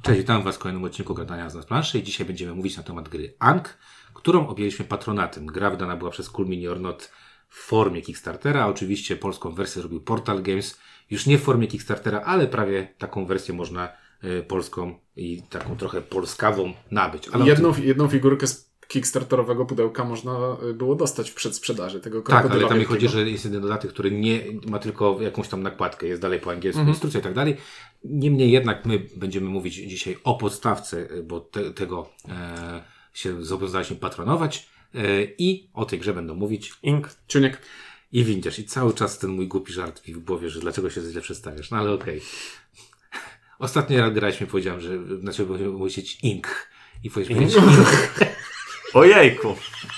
Cześć, witam Was w kolejnym odcinku Gadania z planszy i dzisiaj będziemy mówić na temat gry Ankh, którą objęliśmy patronatem. Gra wydana była przez Cool Mini or Not w formie Kickstartera. Oczywiście polską wersję zrobił Portal Games, już nie w formie Kickstartera, ale prawie taką wersję można polską i taką trochę polskawą nabyć. Ale jedną figurkę z Kickstarterowego pudełka można było dostać w przedsprzedaży tego krokodyla. Tak, ale tam mi chodzi, że jest jeden dodatek, który nie ma tylko jakąś tam nakładkę, jest dalej po angielsku, instrukcja i tak dalej. Niemniej jednak my będziemy mówić dzisiaj o podstawce, bo tego się zobowiązaliśmy patronować i o tej grze będą mówić Ink, Ciuniek i Windziarz. I cały czas ten mój głupi żart mi w głowie, że dlaczego się źle przedstawiasz. No ale okej. Ostatnio raz graliśmy, powiedziałem, że dlaczego będziemy mówić Ink. I powiedziałeś Ojejku.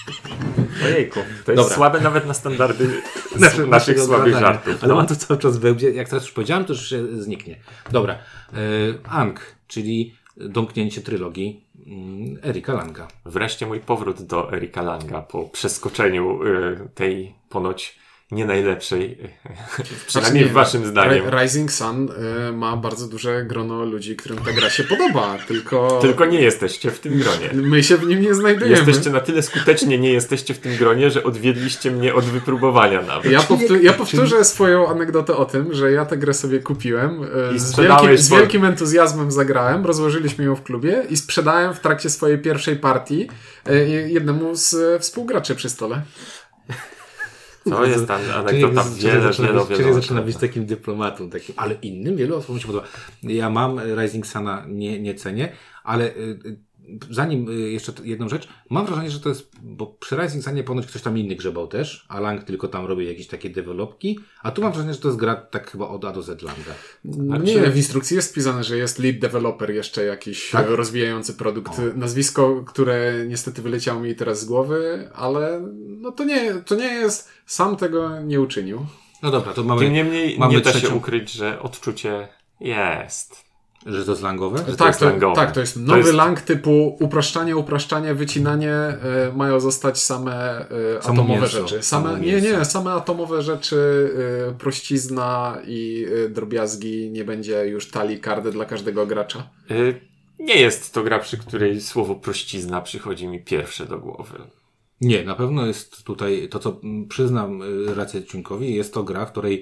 To jest słabe nawet na standardy naszych słabych żartów. Ale mam to cały czas wełbie. Jak teraz już powiedziałem, to już się zniknie. Dobra. Ankh, czyli domknięcie trylogii Erika Langa. Wreszcie mój powrót do Erika Langa po przeskoczeniu tej ponoć nie najlepszej, przynajmniej w waszym zdaniem. Rising Sun ma bardzo duże grono ludzi, którym ta gra się podoba, Tylko nie jesteście w tym gronie. My się w nim nie znajdujemy. Jesteście na tyle skutecznie nie jesteście w tym gronie, że odwiedliście mnie od wypróbowania nawet. Ja powtórzę swoją anegdotę o tym, że ja tę grę sobie kupiłem, I z wielkim entuzjazmem zagrałem, rozłożyliśmy ją w klubie i sprzedałem w trakcie swojej pierwszej partii jednemu z współgraczy przy stole. To jest ta anegdota Czyli zaczyna być takim dyplomatą, takim, ale innym wielu osobom się podoba. Ja mam Rising Suna, nie cenię, ale zanim jeszcze jedną rzecz, mam wrażenie, że to jest, bo przy Rising Sunie ponoć ktoś tam inny grzebał też, a Lang tylko tam robi jakieś takie dewelopki, a tu mam wrażenie, że to jest gra tak chyba od A do Z Langa. Nie, w instrukcji jest wpisane, że jest lead developer jeszcze jakiś rozwijający produkt. Nazwisko, które niestety wyleciało mi teraz z głowy, ale no to nie jest, sam tego nie uczynił. No dobra, to mamy. Tym niemniej nie da się ukryć, że odczucie jest. Że to jest langowe? Tak, to jest nowy lang typu upraszczanie, wycinanie, mają zostać same atomowe rzeczy. Same atomowe rzeczy, prościzna i drobiazgi, nie będzie już talii karty dla każdego gracza. Nie jest to gra, przy której słowo prościzna przychodzi mi pierwsze do głowy. Nie, na pewno jest tutaj to, co przyznam rację Ciunkowi, jest to gra, w której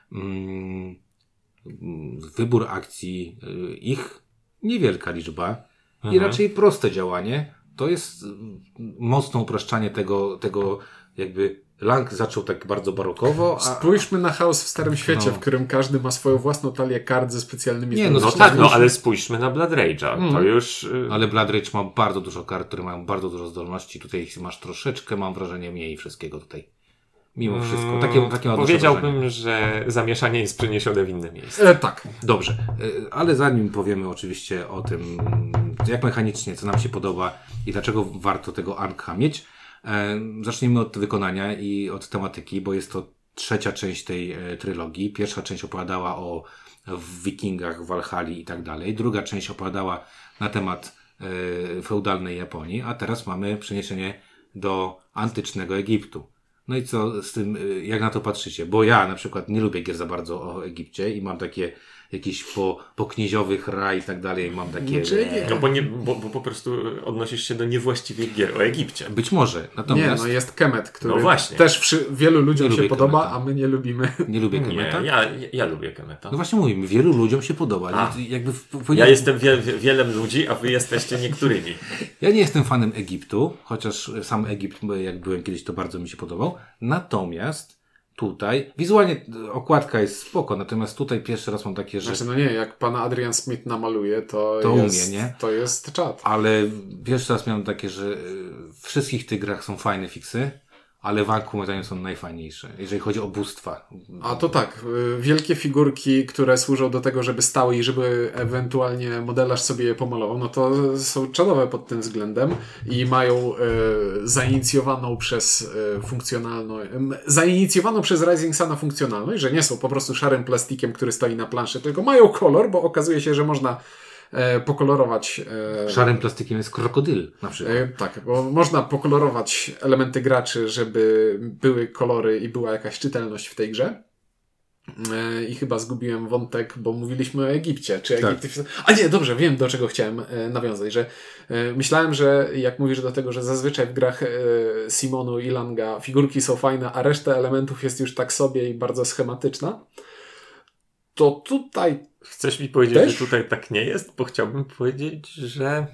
wybór akcji, ich niewielka liczba i raczej proste działanie, to jest mocne upraszczanie tego jakby Lang zaczął tak bardzo barokowo. Spójrzmy na chaos w Starym Świecie, w którym każdy ma swoją własną talię kart ze specjalnymi ale spójrzmy na Blood Rage'a. To już... Ale Blood Rage ma bardzo dużo kart, które mają bardzo dużo zdolności. Tutaj masz troszeczkę, mam wrażenie, mniej wszystkiego tutaj. Mimo wszystko. Takie powiedziałbym, że zamieszanie jest przeniesione w inne miejsce. Tak. Dobrze. Ale zanim powiemy oczywiście o tym, jak mechanicznie, co nam się podoba i dlaczego warto tego Ankha mieć, zacznijmy od wykonania i od tematyki, bo jest to trzecia część tej trylogii. Pierwsza część opowiadała o wikingach, Walhalli i tak dalej. Druga część opowiadała na temat feudalnej Japonii, a teraz mamy przeniesienie do antycznego Egiptu. No i co z tym, jak na to patrzycie? Bo ja na przykład nie lubię gier za bardzo o Egipcie i mam takie jakieś po knieziowych raj i tak dalej, mam takie... bo po prostu odnosisz się do niewłaściwych gier o Egipcie. Być może. Natomiast... jest Kemet, który też wielu ludziom się podoba, Kemeta. A my nie lubimy. Nie lubię Kemeta? Ja lubię Kemeta. No właśnie mówimy, wielu ludziom się podoba. Ja jestem wielem ludzi, a wy jesteście niektórymi. Ja nie jestem fanem Egiptu, chociaż sam Egipt, jak byłem kiedyś, to bardzo mi się podobał. Natomiast tutaj, wizualnie okładka jest spoko, natomiast tutaj pierwszy raz mam takie, że... jak pana Adrian Smith namaluje, to jest, umie, nie? To jest czad. Ale pierwszy raz miałem takie, że w wszystkich tych grach są fajne fiksy, ale w Ankhu moim zdaniem są najfajniejsze, jeżeli chodzi o bóstwa. A to tak, wielkie figurki, które służą do tego, żeby stały i żeby ewentualnie modelarz sobie je pomalował, no to są czadowe pod tym względem i mają zainicjowaną przez Rising Suna funkcjonalność, że nie są po prostu szarym plastikiem, który stoi na planszy, tylko mają kolor, bo okazuje się, że można pokolorować... Szarym plastikiem jest krokodyl na przykład. Tak, bo można pokolorować elementy graczy, żeby były kolory i była jakaś czytelność w tej grze. I chyba zgubiłem wątek, bo mówiliśmy o Egipcie. Czy Egipt... A nie, dobrze, wiem, do czego chciałem nawiązać, że myślałem, że jak mówisz do tego, że zazwyczaj w grach Simonu i Langa figurki są fajne, a reszta elementów jest już tak sobie i bardzo schematyczna, to tutaj... Chcesz mi powiedzieć, że tutaj tak nie jest? Bo chciałbym powiedzieć, że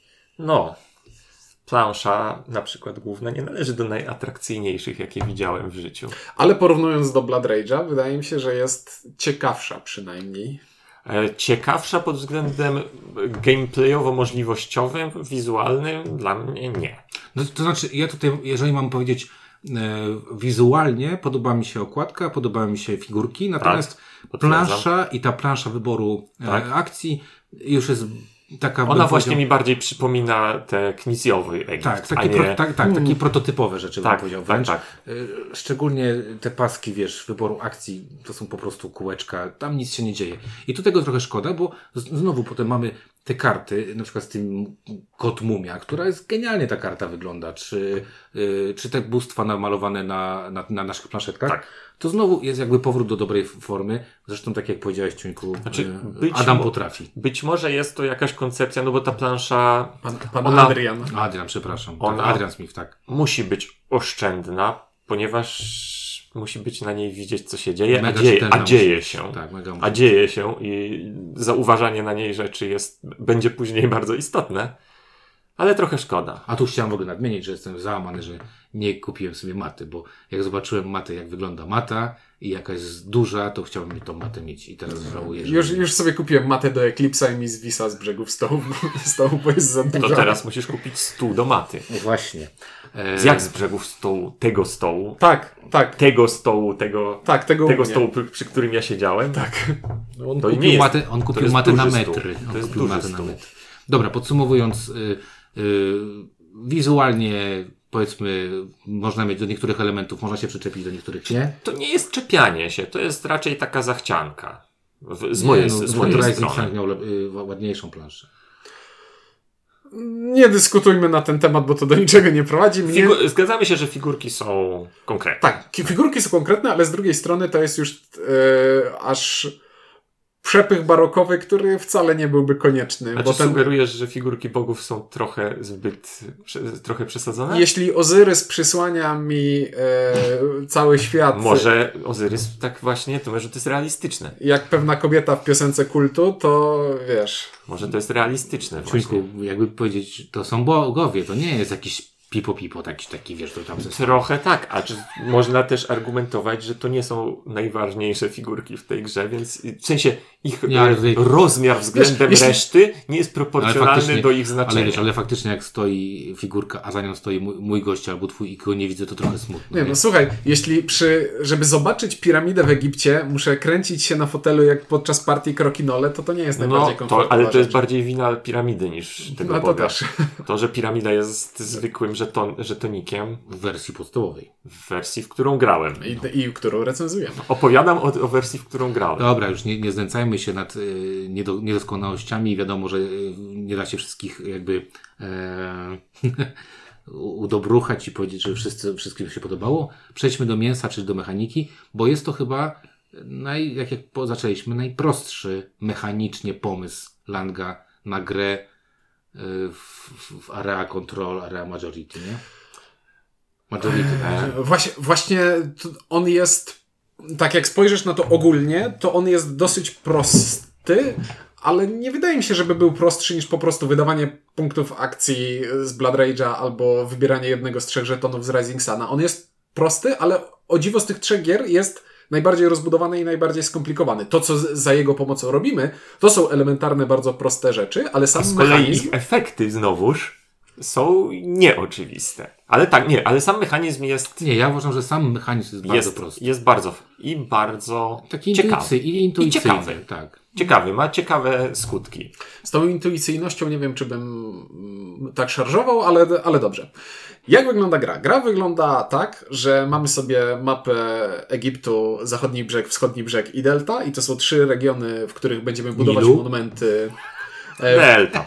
plansza, na przykład główna, nie należy do najatrakcyjniejszych, jakie widziałem w życiu. Ale porównując do Blood Rage'a, wydaje mi się, że jest ciekawsza przynajmniej. Ciekawsza pod względem gameplayowo-możliwościowym, wizualnym? Dla mnie nie. No to znaczy, ja tutaj, jeżeli mam powiedzieć wizualnie, podoba mi się okładka, podobały mi się figurki, natomiast plansza i ta plansza wyboru akcji już jest taka... Ona właśnie mi bardziej przypomina te Knizjowy Egipt. Takie prototypowe rzeczy bym powiedział wręcz. Tak. Szczególnie te paski, wyboru akcji, to są po prostu kółeczka, tam nic się nie dzieje. I tu tego trochę szkoda, bo znowu potem mamy te karty, na przykład z tym Kot Mumia, która jest genialnie ta karta wygląda, czy te bóstwa namalowane na naszych planszetkach. Tak. To znowu jest jakby powrót do dobrej formy. Zresztą tak jak powiedziałeś, Ciuńku, Adam potrafi. Być może jest to jakaś koncepcja, no bo ta plansza... Adrian. Adrian, przepraszam. Adrian Smith, tak. Musi być oszczędna, ponieważ musi być na niej widzieć, co się dzieje, dzieje się. Tak, a dzieje się i zauważanie na niej rzeczy będzie później bardzo istotne. Ale trochę szkoda. A tu chciałem w ogóle nadmienić, że jestem załamany, że nie kupiłem sobie maty, bo jak zobaczyłem matę, jak wygląda mata i jaka jest duża, to chciałbym tą matę mieć i teraz żałuję, że... Już sobie kupiłem matę do Eclipse'a i mi zwisa z brzegów stołu, bo jest za duża. To teraz musisz kupić stół do maty. Właśnie. Jak z brzegów stołu? Tego stołu? Tak. Tego stołu, tego stołu, przy którym ja siedziałem? Tak. On kupił matę na metry. To jest duży stół. Dobra, podsumowując, wizualnie powiedzmy, można mieć do niektórych elementów, można się przyczepić, do niektórych nie. To nie jest czepianie się, to jest raczej taka zachcianka. Z mojej strony. Miał ładniejszą planszę. Nie dyskutujmy na ten temat, bo to do niczego nie prowadzi. Zgadzamy się, że figurki są konkretne. Tak, figurki są konkretne, ale z drugiej strony to jest już aż przepych barokowy, który wcale nie byłby konieczny. A czy sugerujesz, że figurki bogów są trochę przesadzone? Jeśli Ozyrys przysłania mi cały świat... Może Ozyrys tak właśnie, to może to jest realistyczne. Jak pewna kobieta w piosence kultu, to wiesz... Może to jest realistyczne właśnie. Czujku, jakby powiedzieć, to są bogowie, to nie jest jakiś pipo, taki wiesz, to tam... Trochę tak, a czy można też argumentować, że to nie są najważniejsze figurki w tej grze, więc w sensie ich rozmiar względem reszty nie jest proporcjonalny do ich znaczenia. Ale faktycznie jak stoi figurka, a za nią stoi mój gość albo twój i go nie widzę, to trochę smutno. Nie, no słuchaj, jeśli żeby zobaczyć piramidę w Egipcie, muszę kręcić się na fotelu jak podczas partii Krokinole, to nie jest najbardziej komfortowa ale to jest bardziej wina piramidy niż tego to boga. też. To, że piramida jest zwykłym żetonikiem. W wersji podstawowej. W wersji, w którą grałem. I którą recenzujemy. Opowiadam o wersji, w którą grałem. Dobra, już nie znęcajmy się nad niedoskonałościami. Wiadomo, że nie da się wszystkich jakby udobruchać i powiedzieć, że wszystkim się podobało. Przejdźmy do mięsa, czy do mechaniki, bo jest to chyba jak zaczęliśmy, najprostszy mechanicznie pomysł Langa na grę w area control, area majority, nie? Majority. Właśnie on jest, tak jak spojrzysz na to ogólnie, to on jest dosyć prosty, ale nie wydaje mi się, żeby był prostszy niż po prostu wydawanie punktów akcji z Blood Rage'a albo wybieranie jednego z 3 żetonów z Rising Suna. On jest prosty, ale o dziwo z tych 3 gier jest najbardziej rozbudowany i najbardziej skomplikowany. To, co za jego pomocą robimy, to są elementarne, bardzo proste rzeczy, ale sam mechanizm... Z kolei ich efekty znowuż są nieoczywiste. Ale sam mechanizm jest... Nie, ja uważam, że sam mechanizm jest bardzo prosty. Jest bardzo taki ciekawy. Intuicyjny. Ciekawy. Tak. Ciekawy, ma ciekawe skutki. Z tą intuicyjnością nie wiem, czy bym tak szarżował, ale dobrze. Jak wygląda gra? Gra wygląda tak, że mamy sobie mapę Egiptu, zachodni brzeg, wschodni brzeg i delta i to są 3 regiony, w których będziemy budować monumenty. Delta.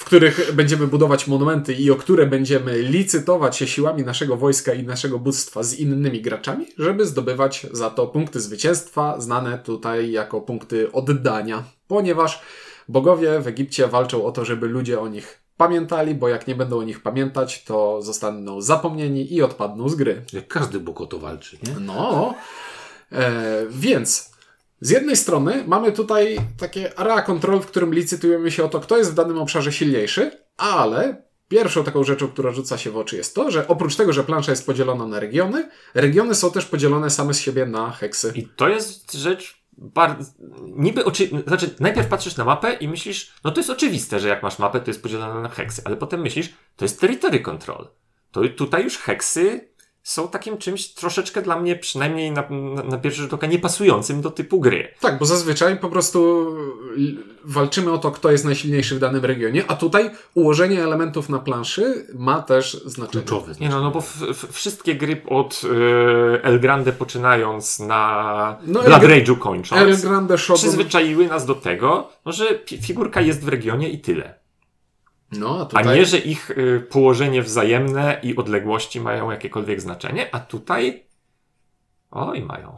których będziemy budować monumenty i o które będziemy licytować się siłami naszego wojska i naszego bóstwa z innymi graczami, żeby zdobywać za to punkty zwycięstwa, znane tutaj jako punkty oddania. Ponieważ bogowie w Egipcie walczą o to, żeby ludzie o nich pamiętali, bo jak nie będą o nich pamiętać, to zostaną zapomnieni i odpadną z gry. Jak każdy bóg o to walczy, nie? No, więc z jednej strony mamy tutaj takie area control, w którym licytujemy się o to, kto jest w danym obszarze silniejszy, ale pierwszą taką rzeczą, która rzuca się w oczy jest to, że oprócz tego, że plansza jest podzielona na regiony, regiony są też podzielone same z siebie na heksy. I to jest rzecz bardzo... Znaczy, najpierw patrzysz na mapę i myślisz, no to jest oczywiste, że jak masz mapę, to jest podzielona na heksy, ale potem myślisz, to jest territory control. To tutaj już heksy są takim czymś troszeczkę dla mnie, przynajmniej na pierwszy rzut oka, niepasującym do typu gry. Tak, bo zazwyczaj po prostu walczymy o to, kto jest najsilniejszy w danym regionie, a tutaj ułożenie elementów na planszy ma też znaczenie. Kluczowe znaczenie. Nie no bo wszystkie gry od El Grande poczynając na Blood Rage'u kończąc, przyzwyczaiły nas do tego, że figurka jest w regionie i tyle. No, a tutaj... A nie, że ich położenie wzajemne i odległości mają jakiekolwiek znaczenie, a tutaj mają.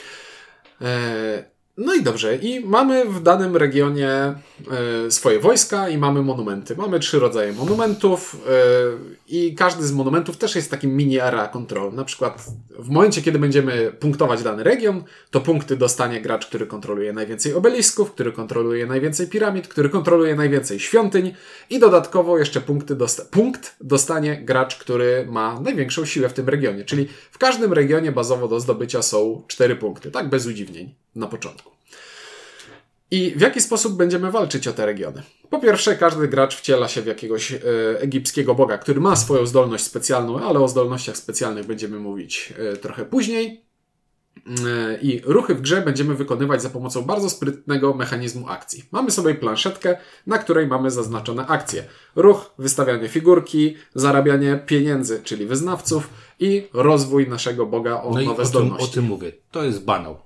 No i dobrze. I mamy w danym regionie swoje wojska i mamy monumenty. Mamy 3 rodzaje monumentów i każdy z monumentów też jest takim mini area control. Na przykład w momencie, kiedy będziemy punktować dany region, to punkty dostanie gracz, który kontroluje najwięcej obelisków, który kontroluje najwięcej piramid, który kontroluje najwięcej świątyń i dodatkowo jeszcze punkt dostanie gracz, który ma największą siłę w tym regionie. Czyli w każdym regionie bazowo do zdobycia są 4 punkty. Tak bez udziwnień na początku. I w jaki sposób będziemy walczyć o te regiony? Po pierwsze, każdy gracz wciela się w jakiegoś egipskiego boga, który ma swoją zdolność specjalną, ale o zdolnościach specjalnych będziemy mówić trochę później. I ruchy w grze będziemy wykonywać za pomocą bardzo sprytnego mechanizmu akcji. Mamy sobie planszetkę, na której mamy zaznaczone akcje. Ruch, wystawianie figurki, zarabianie pieniędzy, czyli wyznawców i rozwój naszego boga o nowe zdolności. O tym mówię. To jest banał.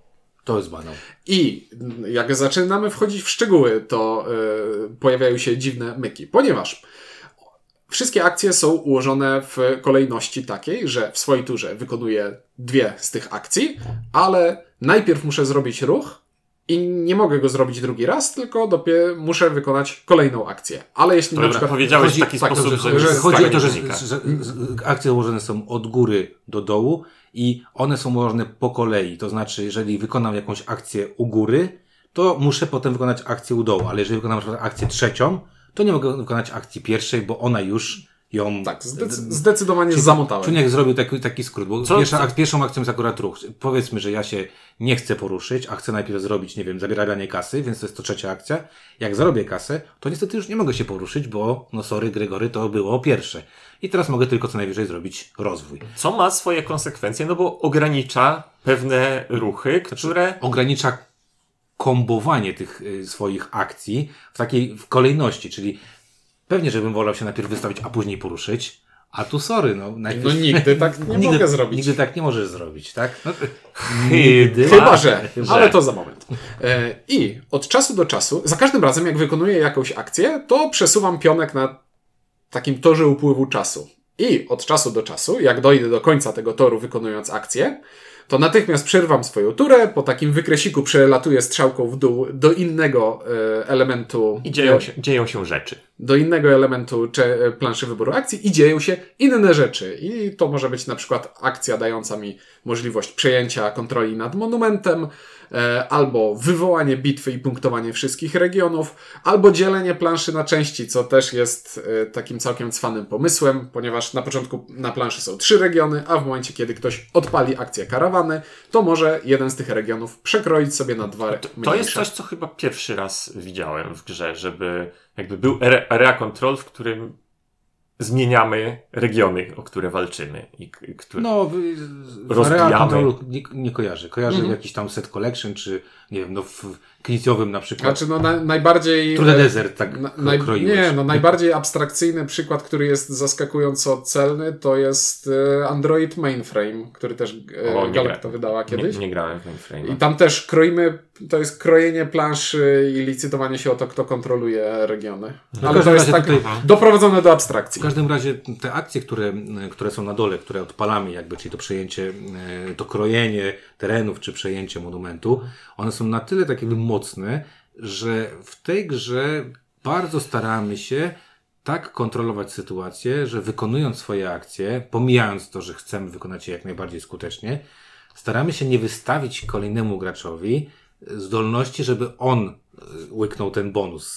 I jak zaczynamy wchodzić w szczegóły, to pojawiają się dziwne myki, ponieważ wszystkie akcje są ułożone w kolejności takiej, że w swojej turze wykonuję 2 z tych akcji, ale najpierw muszę zrobić ruch i nie mogę go zrobić drugi raz, tylko dopiero muszę wykonać kolejną akcję. Ale jeśli to na przykład... powiedziałeś w taki sposób, że chodzi o to, że akcje ułożone są od góry do dołu i one są ułożone po kolei. To znaczy, jeżeli wykonam jakąś akcję u góry, to muszę potem wykonać akcję u dołu. Ale jeżeli wykonam na przykład akcję trzecią, to nie mogę wykonać akcji pierwszej, bo ona już ją... Tak, zdecydowanie zamotałem. Czuniek zrobił taki skrót, bo pierwszą akcją jest akurat ruch. Powiedzmy, że ja się nie chcę poruszyć, a chcę najpierw zrobić, nie wiem, zabieranie kasy, więc to jest to 3. akcja. Jak zrobię kasę, to niestety już nie mogę się poruszyć, bo sorry Gregory, to było pierwsze. I teraz mogę tylko co najwyżej zrobić rozwój. Co ma swoje konsekwencje, no bo ogranicza pewne ruchy, które... Ogranicza kombowanie tych swoich akcji w kolejności, czyli pewnie, żebym wolał się najpierw wystawić, a później poruszyć, a tu nigdy tak nie mogę zrobić. Nigdy tak nie możesz zrobić, tak? Chyba, że. Ale to za moment. I od czasu do czasu, za każdym razem jak wykonuję jakąś akcję, to przesuwam pionek na takim torze upływu czasu. I od czasu do czasu, jak dojdę do końca tego toru wykonując akcję, to natychmiast przerwam swoją turę, po takim wykresiku przelatuję strzałką w dół do innego elementu. I dzieją się rzeczy. Do innego elementu planszy wyboru akcji i dzieją się inne rzeczy. I to może być na przykład akcja dająca mi możliwość przejęcia kontroli nad monumentem, albo wywołanie bitwy i punktowanie wszystkich regionów, albo dzielenie planszy na części, co też jest takim całkiem cwanym pomysłem, ponieważ na początku na planszy są 3 regiony, a w momencie, kiedy ktoś odpali akcję karawany, to może jeden z tych regionów przekroić sobie na 2 mniejsze. To jest coś, co chyba pierwszy raz widziałem w grze, żeby jakby był area control, w którym zmieniamy regiony, o które walczymy i które rozbijamy. Control nie kojarzę. Kojarzę jakiś tam set collection, czy nie wiem, w Knizjowym na przykład. Znaczy, najbardziej... True Desert, tak kroiłeś. Nie, najbardziej abstrakcyjny przykład, który jest zaskakująco celny, to jest Android Mainframe, który też Galacta wydała kiedyś. Nie grałem w Mainframe. I tam też to jest krojenie planszy i licytowanie się o to, kto kontroluje regiony. Ale to jest tak doprowadzone do abstrakcji. W każdym razie te akcje, które są na dole, które odpalamy jakby, czyli to przejęcie, to krojenie terenów, czy przejęcie monumentu, one są na tyle tak jakby mocne, że w tej grze bardzo staramy się tak kontrolować sytuację, że wykonując swoje akcje, pomijając to, że chcemy wykonać je jak najbardziej skutecznie, staramy się nie wystawić kolejnemu graczowi zdolności, żeby on łyknął ten bonus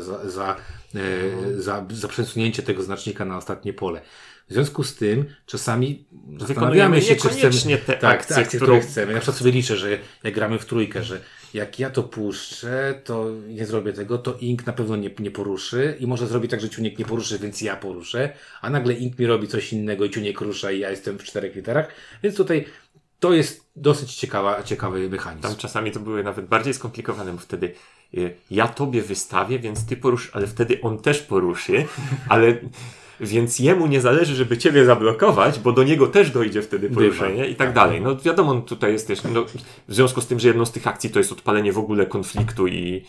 za przesunięcie tego znacznika na ostatnie pole. W związku z tym czasami zastanawiamy się, czy chcemy te akcje, które chcemy. Na przykład sobie liczę, że jak gramy w trójkę, że jak ja to puszczę, to nie zrobię tego, to Ink na pewno nie poruszy i może zrobi tak, że Ciuniek nie poruszy, więc ja poruszę, a nagle Ink mi robi coś innego i Ciuniek rusza i ja jestem w 4 literach. Więc tutaj to jest dosyć ciekawy mechanizm. Tam czasami to były nawet bardziej skomplikowane, bo wtedy ja tobie wystawię, więc ty poruszysz, ale wtedy on też poruszy, ale więc jemu nie zależy, żeby ciebie zablokować, bo do niego też dojdzie wtedy poruszenie i tak dalej. No wiadomo, tutaj jest też, w związku z tym, że jedną z tych akcji to jest odpalenie w ogóle konfliktu i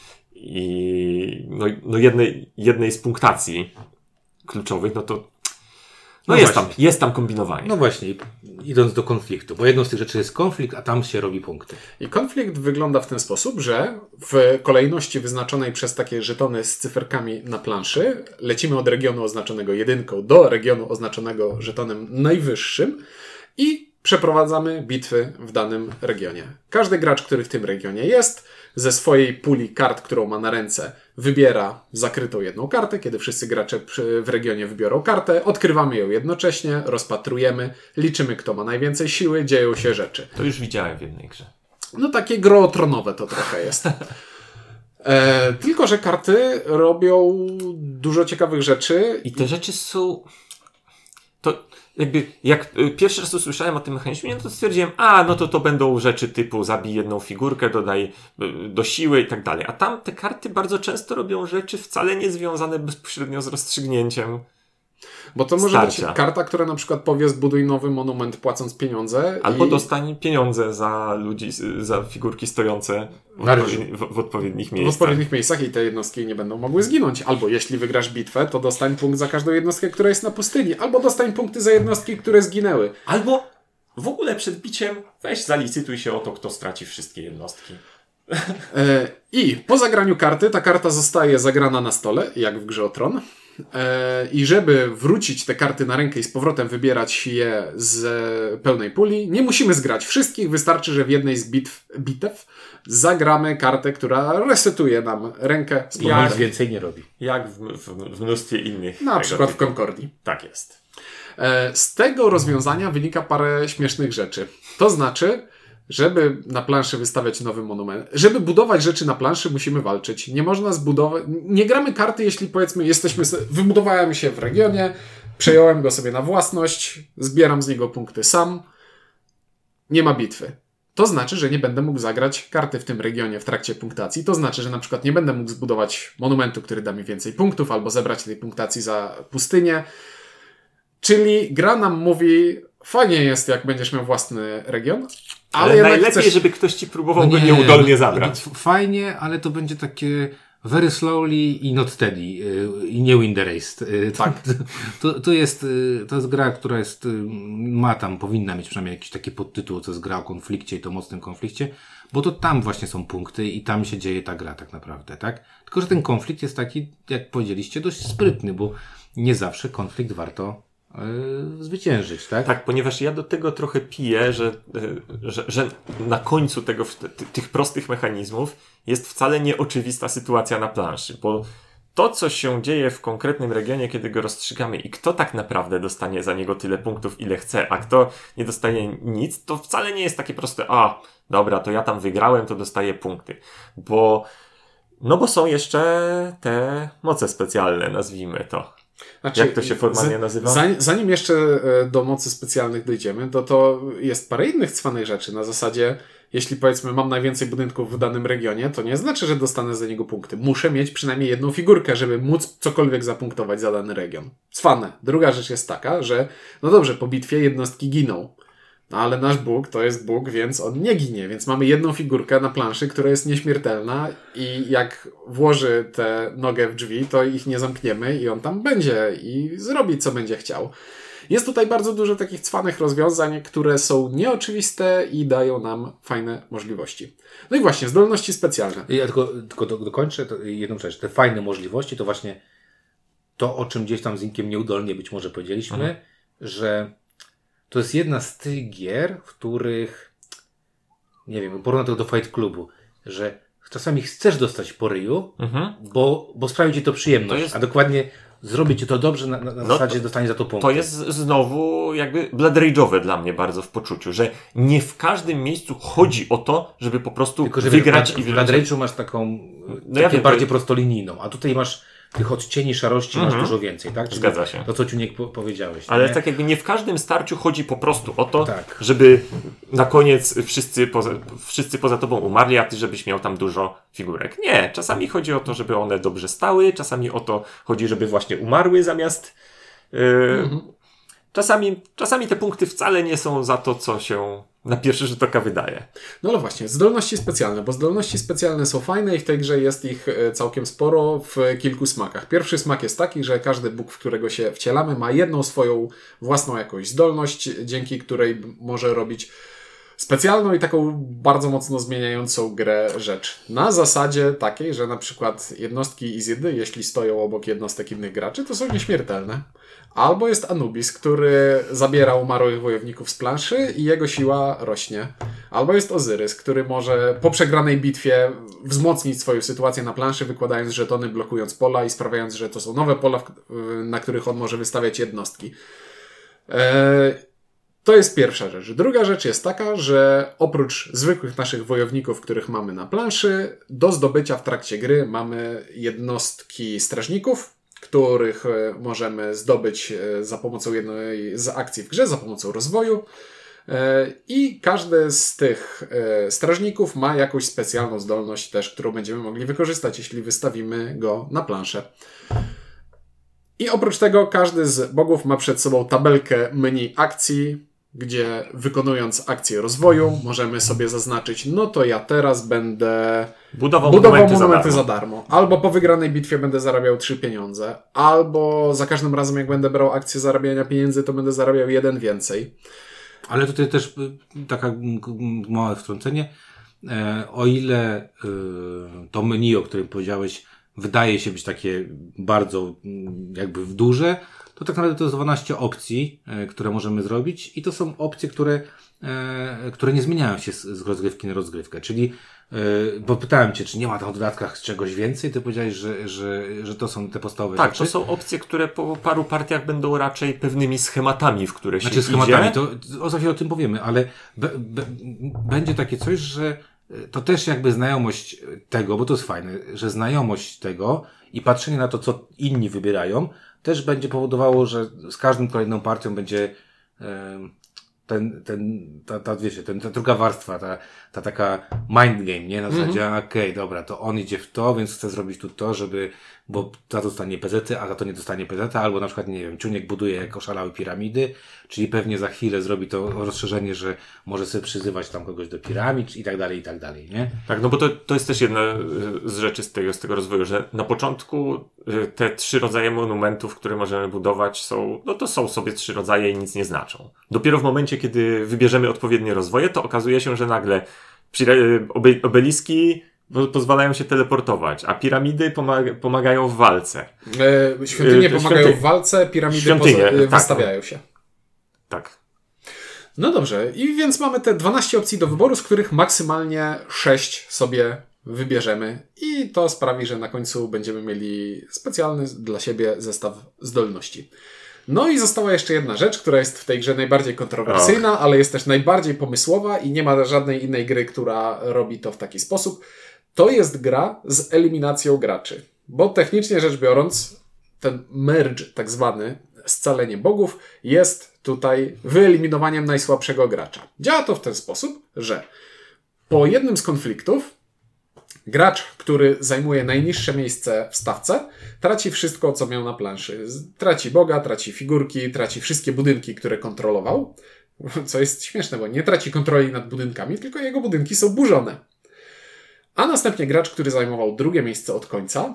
jednej z punktacji kluczowych, no to jest tam kombinowanie. No właśnie, idąc do konfliktu, bo jedną z tych rzeczy jest konflikt, a tam się robi punkty. I konflikt wygląda w ten sposób, że w kolejności wyznaczonej przez takie żetony z cyferkami na planszy lecimy od regionu oznaczonego 1 do regionu oznaczonego żetonem najwyższym i przeprowadzamy bitwy w danym regionie. Każdy gracz, który w tym regionie jest, ze swojej puli kart, którą ma na ręce, wybiera zakrytą jedną kartę. Kiedy wszyscy gracze w regionie wybiorą kartę, odkrywamy ją jednocześnie, rozpatrujemy, liczymy, kto ma najwięcej siły, dzieją się rzeczy. To już widziałem w jednej grze. No takie gro tronowe to trochę jest. Tylko że karty robią dużo ciekawych rzeczy. I te rzeczy są... To jakby, jak pierwszy raz usłyszałem o tym mechanizmie, no to stwierdziłem, no to będą rzeczy typu zabij jedną figurkę, dodaj do siły i tak dalej. A tam te karty bardzo często robią rzeczy wcale nie związane bezpośrednio z rozstrzygnięciem. Bo to może być karta, która na przykład powie zbuduj nowy monument płacąc pieniądze. Albo dostań pieniądze za ludzi, za figurki stojące w odpowiednich miejscach. W odpowiednich miejscach i te jednostki nie będą mogły zginąć. Albo jeśli wygrasz bitwę, to dostań punkt za każdą jednostkę, która jest na pustyni. Albo dostań punkty za jednostki, które zginęły. Albo w ogóle przed biciem weź zalicytuj się o to, kto straci wszystkie jednostki. I po zagraniu karty, ta karta zostaje zagrana na stole, jak w grze o Tron. I żeby wrócić te karty na rękę i z powrotem wybierać je z pełnej puli, nie musimy zgrać wszystkich, wystarczy, że w jednej z bitew zagramy kartę, która resetuje nam rękę. Nic więcej nie robi. Jak w mnóstwie innych. Na przykład w Concordii. Tak jest. Z tego rozwiązania wynika parę śmiesznych rzeczy. To znaczy, żeby na planszy wystawiać nowy monument, żeby budować rzeczy na planszy, musimy walczyć. Nie można zbudować... Nie gramy karty, jeśli powiedzmy wybudowałem się w regionie, przejąłem go sobie na własność, zbieram z niego punkty sam. Nie ma bitwy. To znaczy, że nie będę mógł zagrać karty w tym regionie w trakcie punktacji. To znaczy, że na przykład nie będę mógł zbudować monumentu, który da mi więcej punktów, albo zebrać tej punktacji za pustynię. Czyli gra nam mówi, fajnie jest, jak będziesz miał własny region, ale najlepiej, żeby ktoś ci próbował go nieudolnie zabrać. Fajnie, ale to będzie takie very slowly i not steady i nie win the race. Tak. To jest gra, która powinna mieć przynajmniej jakiś taki podtytuł, co jest gra o konflikcie i to mocnym konflikcie, bo to tam właśnie są punkty i tam się dzieje ta gra tak naprawdę, tak? Tylko, że ten konflikt jest taki, jak powiedzieliście, dość sprytny, bo nie zawsze konflikt warto zwyciężyć, tak? Tak, ponieważ ja do tego trochę piję, że na końcu tych prostych mechanizmów jest wcale nieoczywista sytuacja na planszy, bo to, co się dzieje w konkretnym regionie, kiedy go rozstrzygamy i kto tak naprawdę dostanie za niego tyle punktów, ile chce, a kto nie dostaje nic, to wcale nie jest takie proste, dobra, to ja tam wygrałem, to dostaję punkty, bo są jeszcze te moce specjalne, nazwijmy to. Znaczy, jak to się formalnie nazywa? Zanim jeszcze do mocy specjalnych dojdziemy, to jest parę innych cwanych rzeczy. Na zasadzie, jeśli powiedzmy mam najwięcej budynków w danym regionie, to nie znaczy, że dostanę za niego punkty. Muszę mieć przynajmniej jedną figurkę, żeby móc cokolwiek zapunktować za dany region. Cwane. Druga rzecz jest taka, że no dobrze, po bitwie jednostki giną. No ale nasz Bóg to jest Bóg, więc on nie ginie. Więc mamy jedną figurkę na planszy, która jest nieśmiertelna i jak włoży tę nogę w drzwi, to ich nie zamkniemy i on tam będzie i zrobi, co będzie chciał. Jest tutaj bardzo dużo takich cwanych rozwiązań, które są nieoczywiste i dają nam fajne możliwości. No i właśnie, zdolności specjalne. Ja tylko dokończę jedną rzecz. Te fajne możliwości to właśnie to, o czym gdzieś tam z Inkiem nieudolnie być może powiedzieliśmy, że to jest jedna z tych gier, w których, nie wiem, porównam to do Fight Clubu, że czasami chcesz dostać po ryju, bo sprawi ci to przyjemność, a dokładnie zrobi ci to dobrze, na zasadzie dostanie za to punkty. To jest znowu jakby Blood Rage'owe dla mnie bardzo w poczuciu, że nie w każdym miejscu chodzi o to, żeby po prostu tylko, wygrać i wygrać. W Blood Rage'u masz taką bardziej prostolinijną, a tutaj masz tych odcieni szarości masz dużo więcej, tak? Czyli zgadza się. To, co Ciuniek powiedziałeś. Ale nie? Tak jakby nie w każdym starciu chodzi po prostu o to, żeby na koniec wszyscy poza tobą umarli, a ty żebyś miał tam dużo figurek. Nie, czasami chodzi o to, żeby one dobrze stały, czasami o to chodzi, żeby właśnie umarły zamiast... Czasami te punkty wcale nie są za to, co się na pierwszy rzut oka wydaje. No ale właśnie, zdolności specjalne, bo zdolności specjalne są fajne i w tej grze jest ich całkiem sporo w kilku smakach. Pierwszy smak jest taki, że każdy Bóg, w którego się wcielamy, ma jedną swoją własną jakąś zdolność, dzięki której może robić specjalną i taką bardzo mocno zmieniającą grę rzecz. Na zasadzie takiej, że na przykład jednostki Izydy, jeśli stoją obok jednostek innych graczy, to są nieśmiertelne. Albo jest Anubis, który zabiera umarłych wojowników z planszy i jego siła rośnie. Albo jest Ozyrys, który może po przegranej bitwie wzmocnić swoją sytuację na planszy, wykładając żetony, blokując pola i sprawiając, że to są nowe pola, na których on może wystawiać jednostki. To jest pierwsza rzecz. Druga rzecz jest taka, że oprócz zwykłych naszych wojowników, których mamy na planszy, do zdobycia w trakcie gry mamy jednostki strażników, których możemy zdobyć za pomocą jednej z akcji w grze, za pomocą rozwoju. I każdy z tych strażników ma jakąś specjalną zdolność też, którą będziemy mogli wykorzystać, jeśli wystawimy go na planszę. I oprócz tego każdy z bogów ma przed sobą tabelkę menu akcji, gdzie wykonując akcję rozwoju możemy sobie zaznaczyć, no to ja teraz będę budował monumenty za darmo. Albo po wygranej bitwie będę zarabiał 3 pieniądze. Albo za każdym razem jak będę brał akcję zarabiania pieniędzy, to będę zarabiał 1 więcej. Ale tutaj też taka małe wtrącenie. O ile to menu, o którym powiedziałeś, wydaje się być takie bardzo jakby duże, to tak naprawdę to jest 12 opcji, które możemy zrobić i to są opcje, które nie zmieniają się z rozgrywki na rozgrywkę. Czyli bo pytałem Cię, czy nie ma tam w dodatkach czegoś więcej, Ty powiedziałeś, że to są te podstawowe rzeczy. Tak, to są opcje, które po paru partiach będą raczej pewnymi schematami, w które się schematami, idzie. To za chwilę o tym powiemy, ale będzie takie coś, że to też jakby znajomość tego, bo to jest fajne, że znajomość tego i patrzenie na to, co inni wybierają, też będzie powodowało, że z każdą kolejną partią będzie ta druga warstwa, ta taka mind game, nie? Na zasadzie, okej, dobra, to on idzie w to, więc chce zrobić tu to, bo za to dostanie PZ-y, a za to nie dostanie PZ, albo na przykład, nie wiem, Ciuniek buduje jak oszalały piramidy, czyli pewnie za chwilę zrobi to rozszerzenie, że może sobie przyzywać tam kogoś do piramid i tak dalej, nie? Tak, no bo to jest też jedna z rzeczy z tego rozwoju, że na początku te 3 rodzaje monumentów, które możemy budować to są sobie 3 rodzaje i nic nie znaczą. Dopiero w momencie, kiedy wybierzemy odpowiednie rozwoje, to okazuje się, że nagle obeliski pozwalają się teleportować, a piramidy pomagają w walce. Świątynie pomagają w walce, piramidy wystawiają się. Tak. No dobrze, i więc mamy te 12 opcji do wyboru, z których maksymalnie 6 sobie wybierzemy i to sprawi, że na końcu będziemy mieli specjalny dla siebie zestaw zdolności. No i została jeszcze jedna rzecz, która jest w tej grze najbardziej kontrowersyjna, ale jest też najbardziej pomysłowa i nie ma żadnej innej gry, która robi to w taki sposób. To jest gra z eliminacją graczy. Bo technicznie rzecz biorąc, ten merge tak zwany, scalenie bogów, jest tutaj wyeliminowaniem najsłabszego gracza. Działa to w ten sposób, że po jednym z konfliktów gracz, który zajmuje najniższe miejsce w stawce, traci wszystko, co miał na planszy. Traci boga, traci figurki, traci wszystkie budynki, które kontrolował. Co jest śmieszne, bo nie traci kontroli nad budynkami, tylko jego budynki są burzone. A następnie gracz, który zajmował drugie miejsce od końca,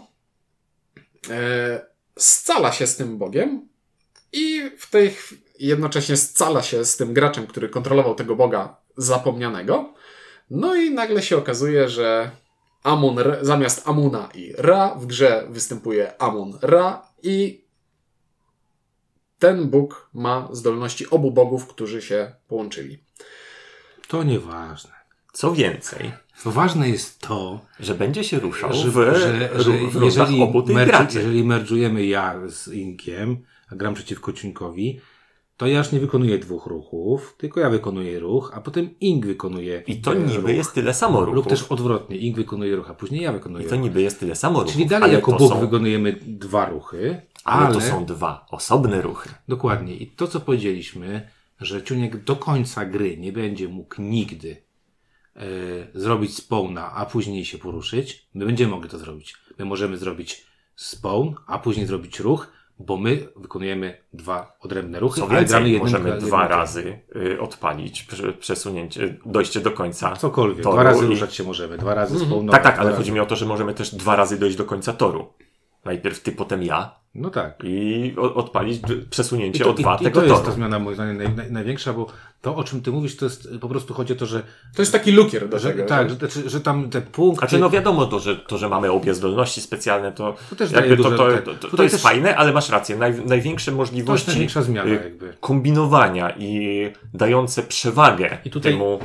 scala się z tym bogiem i jednocześnie scala się z tym graczem, który kontrolował tego boga zapomnianego. No i nagle się okazuje, że zamiast Amuna i Ra w grze występuje Amun-Ra i ten bóg ma zdolności obu bogów, którzy się połączyli. To nieważne. Co więcej, ważne jest to, że będzie się ruszał jeżeli merdżujemy ja z Inkiem, a gram przeciwko Ciunkowi, to ja już nie wykonuję 2 ruchów, tylko ja wykonuję ruch, a potem Ink wykonuje i to niby ruch. Jest tyle samo ruchów. Lub też odwrotnie, Ink wykonuje ruch, a później ja wykonuję ruch. I to niby jest tyle samo ruchów. Czyli dalej jako bóg wykonujemy 2 ruchy. Ale to są 2 osobne ruchy. Dokładnie. I to, co powiedzieliśmy, że Ciuniek do końca gry nie będzie mógł nigdy zrobić spawna, a później się poruszyć. My będziemy mogli to zrobić. My możemy zrobić spawn, a później zrobić ruch, bo my wykonujemy 2 odrębne ruchy. Co więcej, możemy 2 razy odpalić przesunięcie, dojście do końca. Cokolwiek. 2 razy ruszać się możemy. 2 razy spawnować. Tak, ale chodzi mi o to, że możemy też 2 razy dojść do końca toru. Najpierw ty, potem ja. No tak. I odpalić przesunięcie o 2 tego toru. To jest ta zmiana moim zdaniem największa, bo to, o czym ty mówisz, to jest po prostu chodzi o to, że... To jest taki lukier do tego. Tak, że tam te punkty... Znaczy, no wiadomo że mamy obie zdolności specjalne, to też jakby to jest fajne, ale masz rację. Największe możliwości... To jest największa zmiana jakby. Kombinowania i dające przewagę temu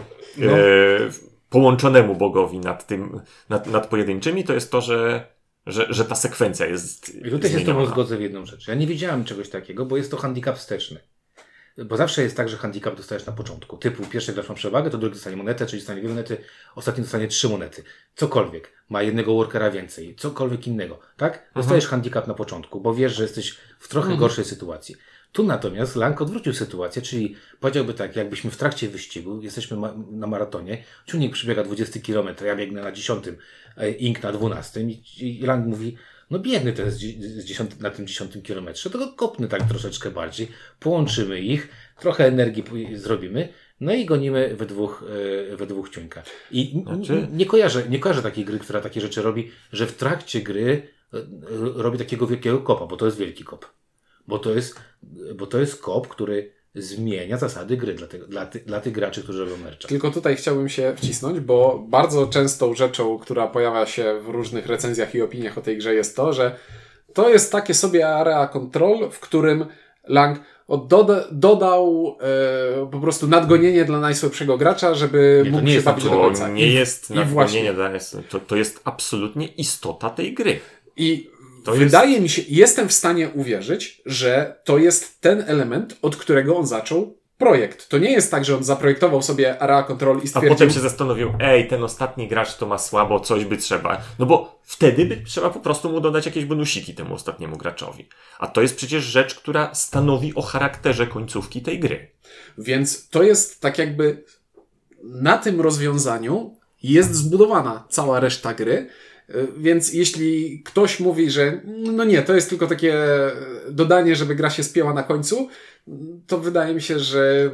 połączonemu bogowi nad pojedynczymi, to jest to, że ta sekwencja jest i tutaj się z tobą zgodzę w jedną rzecz. Ja nie wiedziałem czegoś takiego, bo jest to handicap wsteczny. Bo zawsze jest tak, że handicap dostajesz na początku. Typu pierwszy gracz ma przewagę, to drugi dostanie monetę, czyli dostanie 2 monety, ostatni dostanie 3 monety. Cokolwiek. Ma jednego workera więcej. Cokolwiek innego. Tak? Dostajesz handicap na początku, bo wiesz, że jesteś w trochę gorszej sytuacji. Tu natomiast Lang odwrócił sytuację, czyli powiedziałby tak, jakbyśmy w trakcie wyścigu, jesteśmy na maratonie, Ciunek przebiega 20 km, ja biegnę na 10, Ink na 12 i Lang mówi, no biedny ten na tym 10 kilometrze, to go kopny tak troszeczkę bardziej, połączymy ich, trochę energii zrobimy, no i gonimy we dwóch Ciuńka. I nie kojarzę takiej gry, która takie rzeczy robi, że w trakcie gry robi takiego wielkiego kopa, bo to jest wielki kop. Bo to jest kop, który zmienia zasady gry dla tych graczy, którzy robią mercha. Tylko tutaj chciałbym się wcisnąć, bo bardzo częstą rzeczą, która pojawia się w różnych recenzjach i opiniach o tej grze jest to, że to jest takie sobie area control, w którym Lang dodał po prostu nadgonienie dla najsłabszego gracza, żeby mógł się bawić do końca. To nie jest nadgonienie, to jest absolutnie istota tej gry. I wydaje mi się, jestem w stanie uwierzyć, że to jest ten element, od którego on zaczął projekt. To nie jest tak, że on zaprojektował sobie area control i stwierdził... A potem się zastanowił, ten ostatni gracz to ma słabo, coś by trzeba. No bo wtedy by trzeba po prostu mu dodać jakieś bonusiki temu ostatniemu graczowi. A to jest przecież rzecz, która stanowi o charakterze końcówki tej gry. Więc to jest tak jakby na tym rozwiązaniu jest zbudowana cała reszta gry. Więc jeśli ktoś mówi, że no nie, to jest tylko takie dodanie, żeby gra się spięła na końcu, to wydaje mi się, że